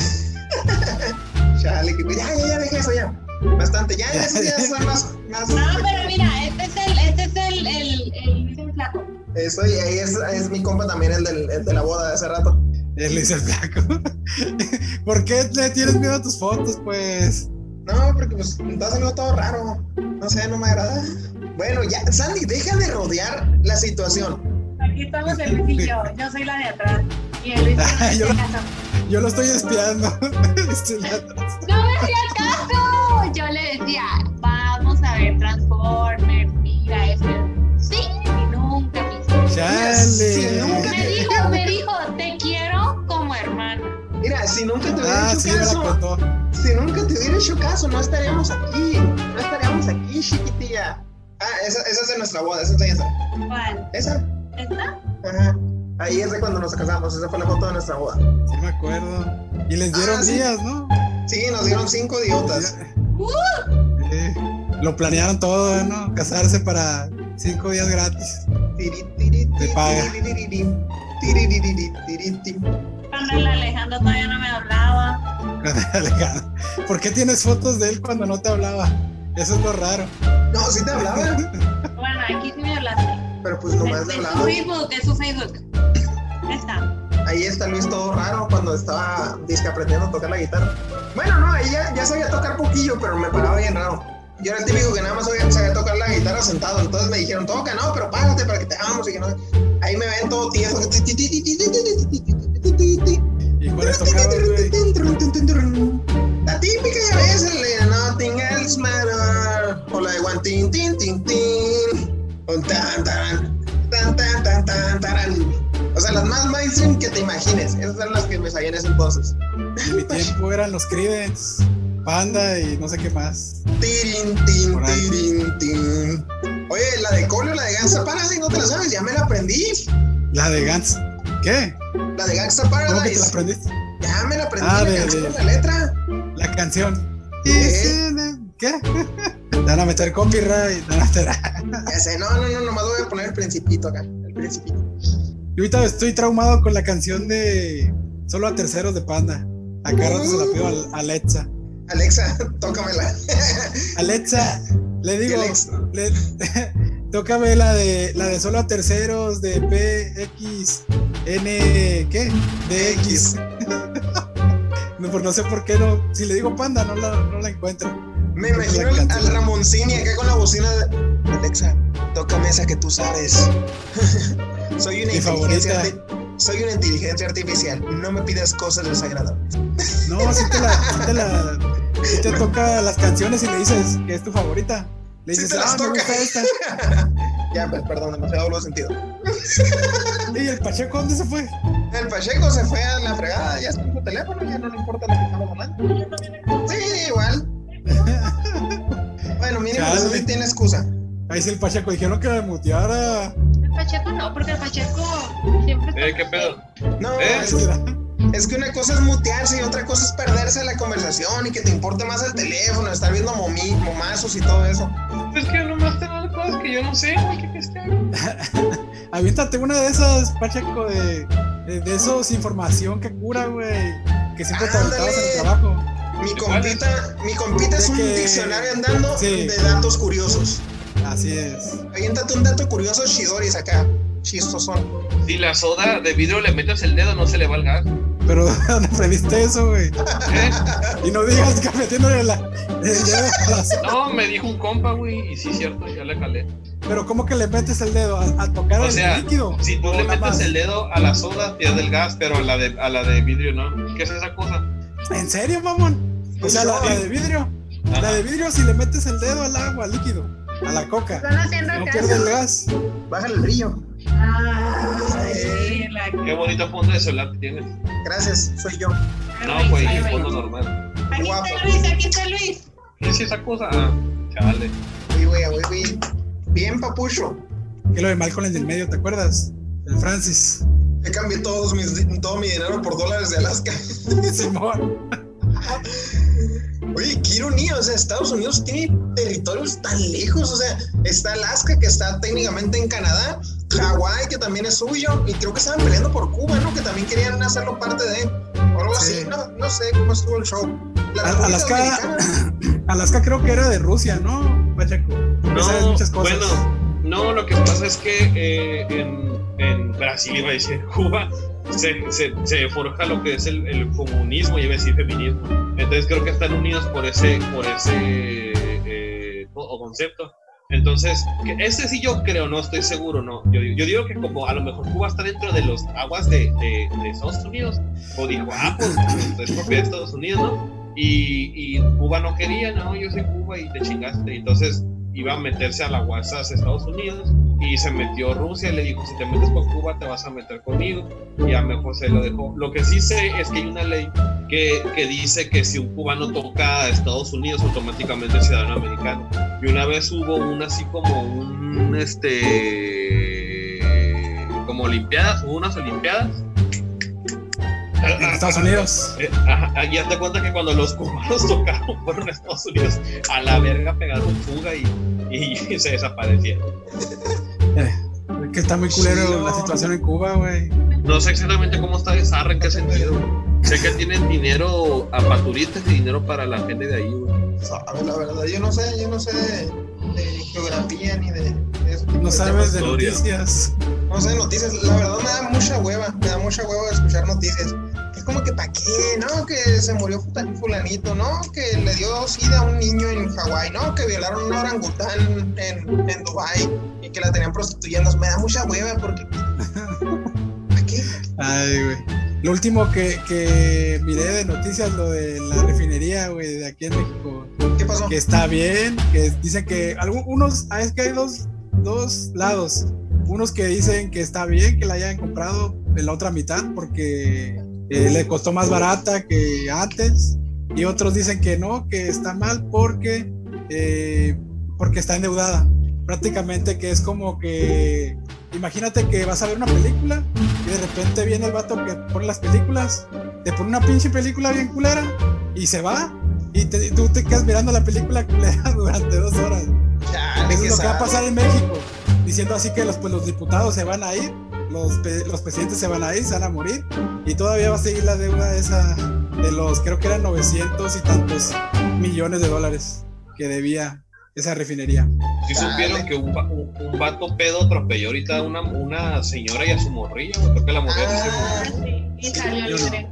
Chale, que ya, ya, ya, dejé eso ya. Bastante, ya, ya, ya, ya son más, más. No, pero mira, este es el, este es el, el, el, el flaco. Eso, y ahí es, es mi compa también, el, del, el de la boda de hace rato. Él es el flaco. ¿Por qué le tienes miedo a tus fotos, pues? No, porque pues está saliendo todo raro. No sé, no me agrada. Bueno, ya, Sandy, deja de rodear la situación. Aquí estamos el Luis y yo. Yo soy la de atrás. Y el Luis Ah, yo no lo- me hace caso. Yo lo estoy espiando. Estoy atrás. ¡No me hacía caso! Yo le decía, vamos a ver Transformers, mira este. Sí, y nunca me hizo. Chale. Sí, nunca- Me dijo, me dijo, te quiero como hermana. Mira, si nunca te hubiera Ah, hecho sí, me la caso, contó. si nunca te hubiera hecho caso, no estaríamos aquí. No estaríamos aquí, chiquitilla. Ah, esa, esa es de nuestra boda, esa es esa. ¿Cuál? Esa. ¿Esta? Ajá. Ahí es de cuando nos casamos, esa fue la foto de nuestra boda. Sí, me acuerdo. Y les dieron Ah, sí. días, ¿no? Sí, nos dieron cinco idiotas. Sí. Lo planearon todo, ¿no? Casarse para cinco días gratis. Tiri, tiri, Te paga. tiri, tiri, tiri, tiri, tiri, tiri, tiri. Cuando el Alejandro todavía no me hablaba. Alejandro. ¿Por qué tienes fotos de él cuando no te hablaba? Eso es lo raro. No, sí te hablaba, Bueno, aquí sí me hablaste. pero pues nomás le Es su hablaba. Facebook, es su Facebook. Está. Ahí está Luis todo raro cuando estaba disque aprendiendo a tocar la guitarra. Bueno, no, ahí ya, ya sabía tocar poquillo, pero me paraba bien raro. Yo era el típico que nada más sabía, sabía tocar la guitarra sentado, entonces me dijeron, toca, no, pero párate para que te hagamos y que no. Ahí me ven todo tieso. ¿Y cuáles tocabas, güey? La típica ya ves, el de Nothing Else Matter. O la de One Tin Tin Tin Tin. O tan tan tan tan tan tan taran. O sea, las más mainstream que te imagines. Esas eran las que me sabían en ese entonces. En mi tiempo eran los Creedence, Panda y no sé qué más. Tirin, tin, Por ahí. tirin, tin. Oye, la de Colio, la de Gangsta Paradise, no te la sabes, ya me la aprendí. La de Gans. ¿Qué? La de Gangsta ¿Cómo que te la Paradise. aprendiste? Ya me la aprendí, Ah, la de- canción de- con la letra. La canción. ¿Eh? ¿Qué? Te van a meter copyright. te van a meter- Ya sé, no, no, no, nomás voy a poner el principito acá. El principito. Yo ahorita estoy traumado con la canción de Solo a Terceros de Panda. Acá rato se la pido a Alexa. Alexa, tócamela. Alexa, le digo, Alexa. le- tócame la de la de Solo a Terceros de P X N ¿qué? D X. No, pues no sé por qué no. Si le digo Panda, no la, no la encuentro. Me imagino al, al Ramoncini acá con la bocina de Alexa, tócame esa que tú sabes. Soy una Mi inteligencia favorita. arti- soy una inteligencia artificial. No me pidas cosas desagradables. No, si te la, sí te la, sí te toca las canciones y le dices que es tu favorita. Le Sí dices, te las ah, me toca. gusta esta. Ya, pues, perdón, demasiado doble sentido. ¿Y el Pacheco dónde se fue? El Pacheco se fue a la fregada, ya está en su teléfono, ya no le importa lo que estamos hablando. Sí, igual. Bueno, mínimo Chale. eso sí tiene excusa. Ahí dice el Pacheco, dijeron que me muteara. El Pacheco no, porque el Pacheco siempre está. Eh, ¿qué pedo? No, ¿Eh? es, es que una cosa es mutearse y otra cosa es perderse la conversación y que te importe más el teléfono, estar viendo momi, momazos y todo eso. Es que nomás te dan cosas que yo no sé, güey, ¿qué que está? Aviéntate una de esas, Pacheco, de de, de eso es información que cura, güey. Que siempre te Ándale. aventabas en el trabajo. Mi compita, mi compita es De un que- diccionario andando Sí. de datos curiosos. Así es. Aviéntate un dato curioso, Shidoris acá. Chistosón. Si la soda de vidrio le metes el dedo, no se le va el gas. Pero ¿dónde aprendiste eso, güey? ¿Eh? Y no digas que metiéndole la, el dedo a la- No, me dijo un compa, güey, y sí, cierto, ya le calé. Pero ¿cómo que le metes el dedo? ¿A, a tocar O el sea, líquido? si tú ¿O le nada metes más? el dedo a la soda, pierde el gas, pero a la de, a la de vidrio no. ¿Qué es esa cosa? ¿En serio, mamón? O sea, la, la de vidrio. Ajá. La de vidrio, si le metes el dedo al agua, al líquido, a la coca, Están haciendo no pierde el caso. gas. Bájale el brillo. Ay, sí, la... Qué bonito fondo de celular que tienes. Gracias, soy yo. No, güey, Ay, es güey. fondo normal. Aquí Guapo. está Luis, aquí está Luis. ¿Qué es esa cosa? Ah, chale. Uy, güey, güey, güey. Bien, papucho. Que lo de Malcolm en el medio, ¿te acuerdas? El Francis. He cambiado todos mis, todo mi dinero por dólares de Alaska. Simón. Oye, qué ironía, o sea, Estados Unidos tiene territorios tan lejos, o sea, está Alaska, que está técnicamente en Canadá, Hawái, que también es suyo, y creo que estaban peleando por Cuba, ¿no? Que también querían hacerlo parte de, o algo Sí. así, no, no sé cómo estuvo el show. La Al- República Alaska, Dominicana. Alaska creo que era de Rusia, ¿no, Pacheco? No sabes muchas cosas. Bueno, no, lo que pasa es que eh, en, en Brasil, iba a decir Cuba, se, se, se forja lo que es el, el comunismo, y iba a decir feminismo. Entonces creo que están unidos por ese, por ese eh, o concepto. Entonces, que ese sí yo creo, no estoy seguro, no. Yo, yo digo que como a lo mejor Cuba está dentro de los aguas de, de, de Estados Unidos, o dijo, ah, pues, pues es propia de Estados Unidos, ¿no? Y, y Cuba no quería, no, yo soy Cuba y te chingaste. Entonces iba a meterse a la WhatsApp de Estados Unidos y se metió Rusia y le dijo, si te metes con Cuba te vas a meter conmigo, y a mejor se lo dejó. Lo que sí sé es que hay una ley que, que dice que si un cubano toca a Estados Unidos, automáticamente es ciudadano americano. Y una vez hubo un así como un este como olimpiadas, hubo unas olimpiadas En Estados Unidos. Eh, ajá, y hazte cuenta que cuando los cubanos tocaron fueron a Estados Unidos, a la verga pegaron fuga y, y se desaparecieron. Eh, que está muy culero Sí, no. la situación en Cuba, güey. No sé exactamente cómo está de zarra, en qué sentido. Sé que tienen dinero a paturistas y dinero para la gente de ahí, güey. Sabe, la verdad, yo no sé, yo no sé de, de geografía ni de, de eso. No sabes de historia. noticias. No sé de noticias, la verdad me da mucha hueva, me da mucha hueva escuchar noticias. Es como que ¿para qué? ¿No? Que se murió fulan- fulanito, ¿no? Que le dio sida a un niño en Hawái, ¿no? Que violaron a un orangután en, en Dubái y que la tenían prostituyendo. Me da mucha hueva porque... ¿Para qué? Ay, güey. Lo último que, que miré de noticias, lo de la refinería, güey, de aquí en México. ¿Qué pasó? Que está bien, que dicen que algunos, ah, es que hay dos, dos lados. Unos que dicen que está bien que la hayan comprado en la otra mitad porque eh, le costó más barata que antes, y otros dicen que no, que está mal porque, eh, porque está endeudada. Prácticamente que es como que, imagínate que vas a ver una película y de repente viene el vato que pone las películas, te pone una pinche película bien culera y se va, y, te, y tú te quedas mirando la película culera durante dos horas. Chale, Eso qué es lo que va a sad. pasar en México, diciendo así que los, pues, los diputados se van a ir, los, pe- los presidentes se van a ir, se van a morir, y todavía va a seguir la deuda esa de los, creo que eran novecientos y tantos millones de dólares que debía esa refinería. Si Dale. supieron que un, va- un, un vato pedo atropelló ahorita a una, una señora y a su morrilla, güey, creo que la mujer Ah. se Sí, y salió Yo no. libre.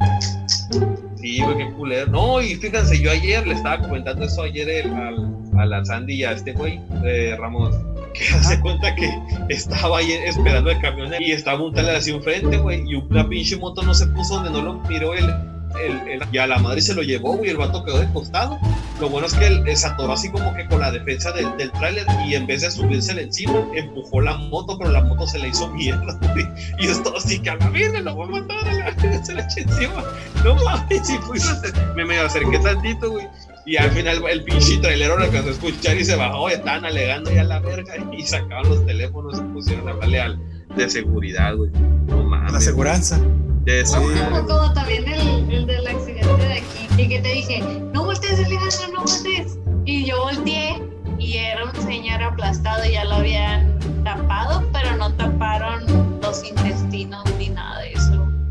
Sí, güey, qué culero. No, y fíjense, yo ayer le estaba comentando eso ayer el- al, a la Sandy y a este güey, eh, Ramón, que hace cuenta que estaba ahí esperando el camión y estaba un tal así enfrente, güey, y una pinche moto no se puso donde no lo miró el, el, el- y a la madre se lo llevó, güey, el vato quedó de costado. Lo bueno es que él eh, se atoró así como que con la defensa del, del tráiler, y en vez de subírsele encima, empujó la moto, pero la moto se le hizo mierda, güey. Y yo estaba así que a la mierda, lo voy a matar, a la mierda, se le eché encima. No mames, y fui, me medio acerqué tantito, güey. Y al final el pinche trailero lo alcanzó a escuchar y se bajó, y estaban alegando ya la verga, y sacaban los teléfonos y pusieron a hablarle al de seguridad, güey. No mames. La aseguranza. De esa Sí. madre. Como, como también el, el del accidente de aquí, y que te dije, no voltees, Alejandro, no voltees. Y yo volteé y era un señor aplastado y ya lo habían tapado, pero no taparon los intestinos ni nada de eso.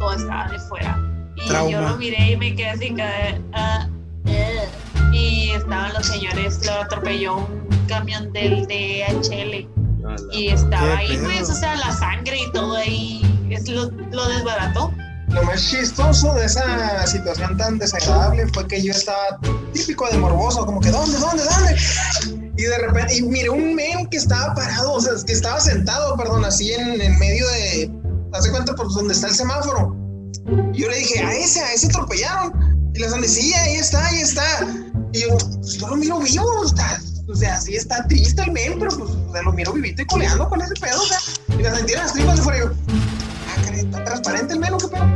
Trauma. yo lo miré y me quedé así, que, ah, eh. y estaban los señores, lo atropelló un camión del D H L y estaba ahí, pedo? pues, o sea, la sangre y todo ahí, es lo, lo desbarató. Lo más chistoso de esa situación tan desagradable fue que yo estaba típico de morboso, como que ¿dónde, dónde, dónde? Y de repente, y miré un men que estaba parado, o sea, que estaba sentado, perdón, así en, en medio de, ¿hace cuenta por donde está el semáforo? Y yo le dije, a ese, a ese atropellaron. Y la Sandy, sí, ahí está, ahí está. Y yo, pues yo lo miro vivo, está, o sea, sí está triste el men, pero pues, o sea, lo miro vivito y coleando con ese pedo, o sea, y la sentí en las tripas de fuera, y yo, ah, caray, está transparente el men, ¿o qué pedo?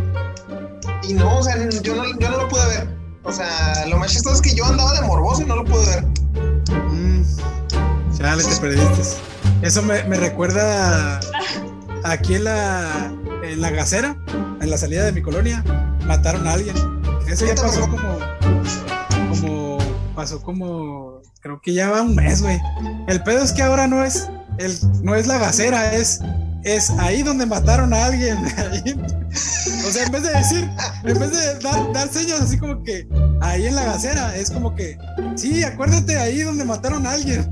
Y no, o sea, yo no, yo no lo pude ver. O sea, lo más chistoso es que yo andaba de morboso y no lo pude ver. Mm, chale, te perdiste. Eso me, me recuerda aquí en la, en la Gacera, en la salida de mi colonia, mataron a alguien. Eso ya pasó como, como, pasó como, creo que ya va un mes, güey. El pedo es que ahora no es, el, no es la Gacera, es, es ahí donde mataron a alguien. Ahí. O sea, en vez de decir, en vez de dar, dar señas así como que ahí en la Gacera, es como que, sí, acuérdate ahí donde mataron a alguien.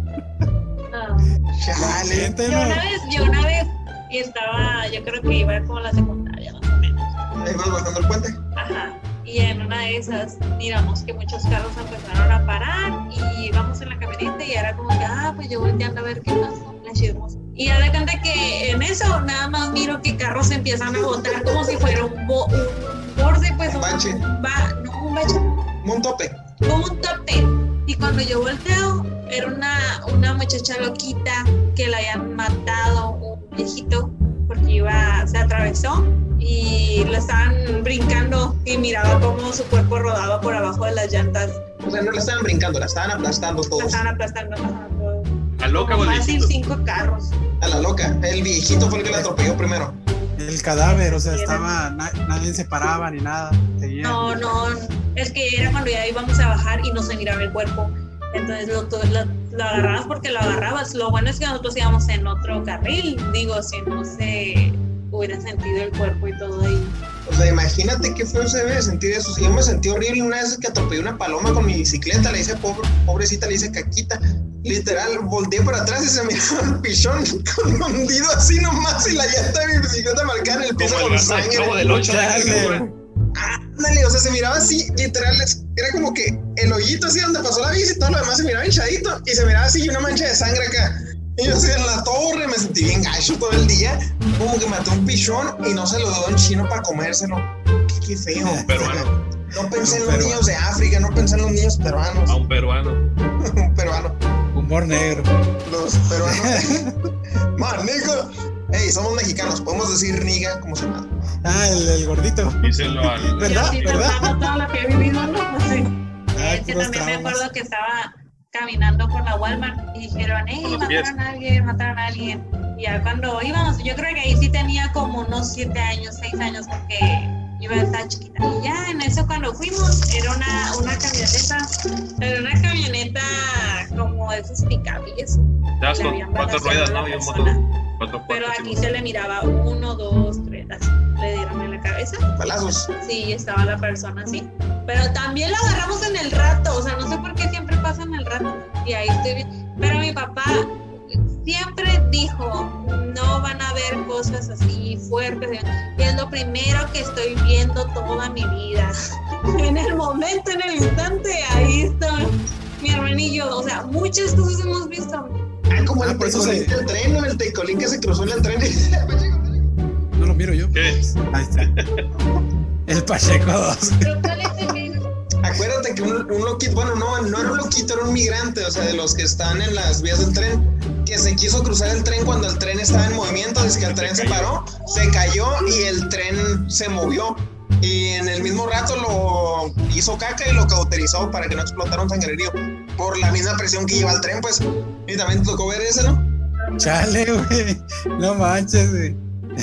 No. Chale. Gente, Yo no. una vez, yo una vez estaba, yo creo que iba como a la secundaria más o menos. Ahí vas bajando el puente. Ajá. Y en una de esas miramos que muchos carros empezaron a parar y íbamos en la camioneta y era como que, ah, pues yo volteando a ver qué pasó, la chismos. Y ya de cuenta que en eso nada más miro que carros empiezan a botar como si fuera un, bo un borde, pues Un bache. ba no, un bache, Un tope. como un tope. Y cuando yo volteo, era una, una muchacha loquita que la habían matado, un viejito, porque iba, se atravesó y la estaban brincando y miraba cómo su cuerpo rodaba por abajo de las llantas. O sea, no la estaban brincando, la estaban aplastando La todos. estaban aplastando. Ajá, todo. ¿A loca o Como al fácil viejito? cinco carros. A la loca. El viejito fue el que la atropelló primero. El cadáver, o sea, estaba, na, nadie se paraba ni nada. Seguía. No, no, es que era cuando ya íbamos a bajar y no se miraba el cuerpo. Entonces lo, lo, lo agarrabas porque lo agarrabas. Lo bueno es que nosotros íbamos en otro carril. Digo, si no se hubiera sentido el cuerpo y todo ahí. O sea, imagínate qué feo se debe de sentir eso. Si yo me sentí horrible una vez que atropellé una paloma con mi bicicleta, le hice pobre, pobrecita, le hice caquita. Literal, volteé para atrás y se me miraba el pichón con hundido así nomás y la llanta de mi bicicleta marcada en el piso Como con el gato del sangre. Chavo del ocho. Chale. Ándale, o sea, se miraba así, literal, era como que el hoyito así donde pasó la bici y todo lo demás se miraba hinchadito y se miraba así y una mancha de sangre acá. Y yo así en la torre me sentí bien gacho todo el día, como que maté un pichón y no se lo dio a un chino para comérselo. Qué, qué feo. Un peruano. No pensé en los niños de África, no pensé en los niños peruanos. A un peruano. Un peruano. Humor negro. Los peruanos. Manico. Ey, somos mexicanos, podemos decir niga como se llama. Ah, el, el gordito. Díselo al. ¿Verdad? Yo sí ¿Verdad? pensaba todo lo que he vivido, ¿no? Sí. Ah, Es que puros también me traumas. acuerdo que estaba caminando por la Walmart y dijeron, hey, Con los pies. mataron a alguien, mataron a alguien. Y ya cuando íbamos, yo creo que ahí sí tenía como unos siete años, seis años, porque iba a estar chiquita. Y ya en eso cuando fuimos, era una, una camioneta, era una camioneta como de esos pick-up y eso. Te das Le con habían cuatro balaceado ruedas, a la ¿no? Y un persona. motor. Cuatro Pero puertas, aquí sí. se le miraba uno, dos, tres, así. Le dieron en la cabeza. Balazos. Sí, estaba la persona así. Pero también lo agarramos en el rato, o sea, no sé por qué siempre pasa en el rato. Y ahí estoy bien. Pero mi papá siempre dijo, no van a ver cosas así fuertes. Y es lo primero que estoy viendo toda mi vida. En el momento, en el instante, ahí está mi hermano y yo. O sea, muchas cosas hemos visto. Ah, como Ah, el por eso tecolín se- del tren, ¿no? El tecolín que se cruzó en el tren. No lo miro yo. ¿Qué? Ahí está. El Pacheco dos. Pero ¿cuál es el que- Acuérdate que un, un loquito, bueno, no, no era un loquito, era un migrante, o sea, de los que están en las vías del tren, que se quiso cruzar el tren cuando el tren estaba en movimiento, desde que el tren se paró, se cayó y el tren se movió. Y en el mismo rato lo hizo caca y lo cauterizó para que no explotara un sangrerío por la misma presión que lleva el tren, pues. Y también te tocó ver ese, ¿no? Chale, güey. No manches, güey.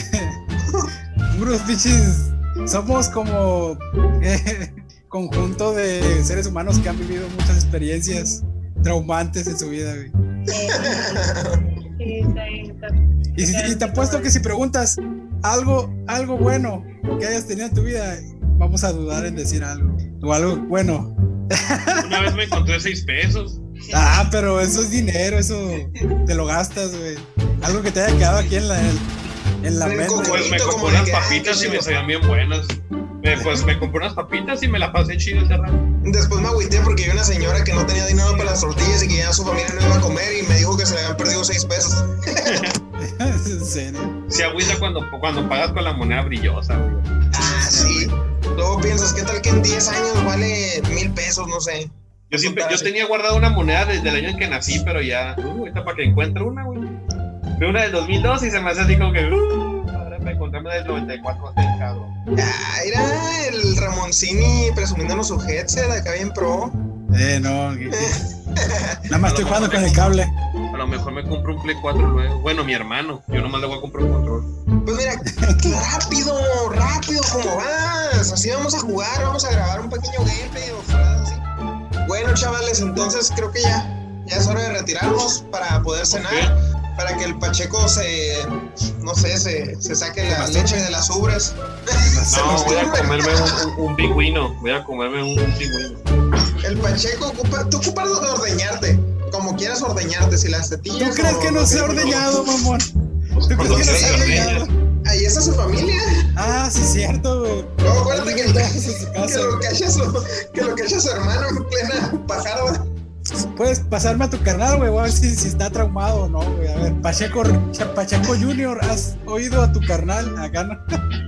Puros bichis. Somos como eh, conjunto de seres humanos que han vivido muchas experiencias traumantes en su vida, güey. Sí, está bien, está. Y, si- y te apuesto que si preguntas algo, algo bueno que hayas tenido en tu vida, vamos a dudar en decir algo. O algo, bueno. Una vez me encontré seis pesos. Ah, pero eso es dinero, eso te lo gastas, güey. Algo que te haya quedado aquí en la, en la mente. Pues me compré unas papitas y me sabían bien buenas. Eh, pues me compré unas papitas y me las pasé chido ese rato. Después me agüité porque vi una señora que no tenía dinero para las tortillas y que ya su familia no iba a comer y me dijo que se le habían perdido seis pesos. ¿En serio? Se agüita cuando, cuando pagas con la moneda brillosa, güey. Ah, sí. Luego piensas, ¿qué tal que en diez años vale mil pesos? No sé. Yo siempre, yo tenía guardada una moneda desde el año en que nací, pero ya, uh, ahorita para que encuentre una, güey. Veo una del dos mil dos y se me hace así como que, uh, ahora para encontrarme del noventa y cuatro, hasta el cabrón. Ah, era el Ramoncini presumiéndonos su headset acá bien pro. Eh, no. Que, que... Nada más estoy jugando con el cable. A lo mejor me compro un Play cuatro luego. Bueno, mi hermano, yo nomás le voy a comprar un control. Pues mira, rápido, rápido, ¿cómo vas? Así vamos a jugar, vamos a grabar un pequeño gameplay o frases así. Bueno, chavales, entonces creo que ya, ya es hora de retirarnos para poder cenar, okay. Para que el Pacheco se, no sé, se, se saque la leche de las ubres. No, voy a comerme un, un, un pingüino, voy a comerme un, un pingüino. El Pacheco, ocupa, tú ocupas de ordeñarte, como quieras ordeñarte, si las tetillas. ¿Tú crees que no se ha ordeñado, mamón? ¿Tú crees que no se ha ordeñado? Ahí está su familia. Ah, sí, es cierto, güey. No, acuérdate que, que lo cacha su, que lo cacha su hermano en plena pajarda. Puedes pasarme a tu carnal, güey, a ver si, si está traumado o no, güey. A ver, Pacheco, Pacheco Junior, ¿has oído a tu carnal acá, no?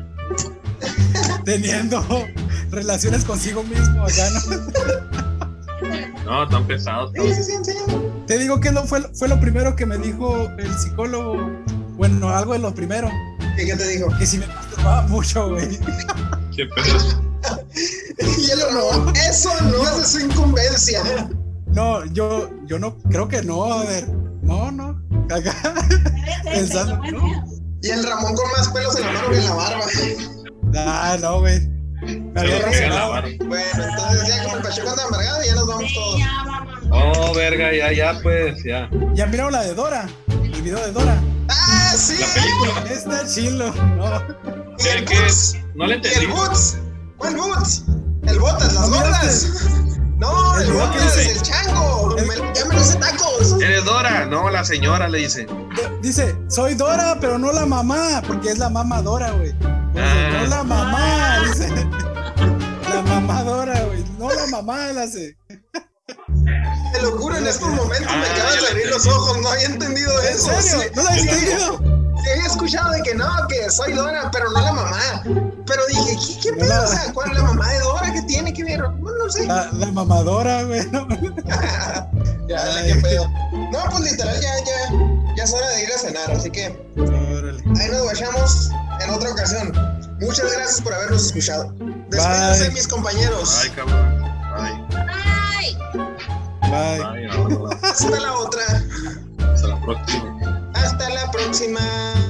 Teniendo relaciones consigo mismo acá, ¿no? No, tan pesado. Sí, sí, sí, sí. Te digo que no fue, fue lo primero que me dijo el psicólogo. Bueno, algo de lo primero. ¿Qué, qué te dijo? Que si me masturbaba mucho, güey. ¿Qué pedo? Y él no, eso no es de su incumbencia. No, yo, yo no, creo que no, a ver. No, no. Acá. Pensando, ¿no? Y el Ramón con más pelos en la mano que en la barba. Ah, no, güey. Me había rasurado. Bueno, entonces ya como el Pacheco anda amargado, ya nos vamos todos. Oh, verga, ya, ya, pues, ya. Ya miraron la de Dora, el video de Dora. Ah, sí. La película. Está chilo, no. ¿El qué? No le entendí. ¿El Boots? ¿Cuál Boots? ¿El Botas, las gordas? No, el, el Botas, el chango. El... Me, ya me lo hice tacos. Eres Dora, no, la señora le dice. Dice, soy Dora, pero no la mamá, porque es la mamá Dora, güey. Ah. No la mamá, dice. La mamá Dora, güey. No la mamá, la hace. Te lo juro, en estos momentos ah, me acabas de abrir los ojos, no había entendido ¿En eso. ¿En serio? Sí, ¿No lo había sí, entendido? Sí, había escuchado de que no, que soy Dora, pero no la mamá. Pero dije, ¿qué, qué pedo? O sea, ¿cuál es la mamá de Dora? ¿Qué tiene que ver? No, no sé. La, la mamadora, güey. ¿No? Ya sé qué pedo. No, pues literal, ya, ya, ya es hora de ir a cenar, así que Órale. Ahí nos vayamos en otra ocasión. Muchas gracias por habernos escuchado. Despídense, mis compañeros. Bye, cabrón. Bye. Bye. Bye. No, no. Hasta la otra. Hasta la próxima. Hasta la próxima.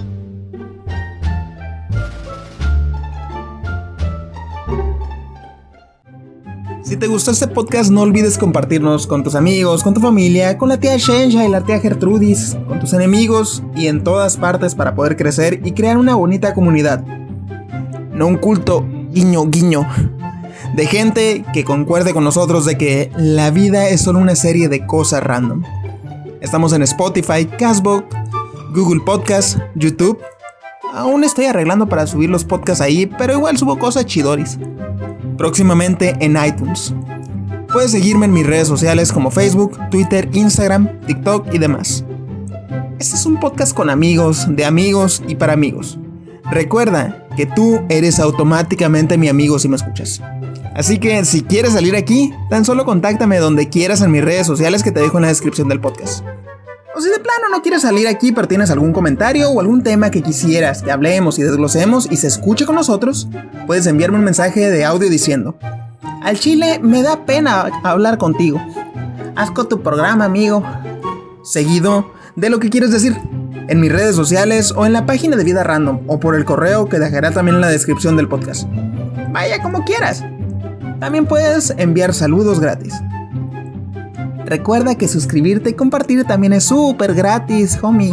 Si te gustó este podcast, no olvides compartirnos con tus amigos, con tu familia, con la tía Shensha y la tía Gertrudis, con tus enemigos y en todas partes para poder crecer y crear una bonita comunidad. No un culto, guiño, guiño, de gente que concuerde con nosotros de que la vida es solo una serie de cosas random. Estamos en Spotify, Castbox, Google Podcast, YouTube. Aún estoy arreglando para subir los podcasts ahí, pero igual subo cosas chidoris. Próximamente en iTunes. Puedes seguirme en mis redes sociales como Facebook, Twitter, Instagram, TikTok y demás. Este es un podcast con amigos, de amigos y para amigos. Recuerda que tú eres automáticamente mi amigo si me escuchas. Así que si quieres salir aquí, tan solo contáctame donde quieras en mis redes sociales que te dejo en la descripción del podcast. O si de plano no quieres salir aquí pero tienes algún comentario o algún tema que quisieras que hablemos y desglosemos y se escuche con nosotros, puedes enviarme un mensaje de audio diciendo: al chile me da pena hablar contigo. Haz con tu programa, amigo. Seguido de lo que quieres decir, en mis redes sociales o en la página de Vida Random o por el correo que dejaré también en la descripción del podcast. Vaya como quieras. También puedes enviar saludos gratis. Recuerda que suscribirte y compartir también es súper gratis, homie.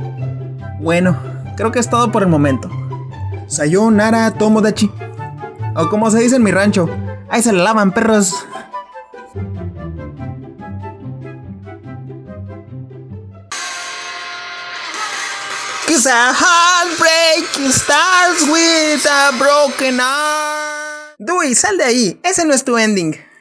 Bueno, creo que es todo por el momento. Sayonara Tomodachi. O como se dice en mi rancho, ahí se la lavan, perros. Cause a heartbreak starts with a broken heart. Dewey, sal de ahí, ese no es tu ending.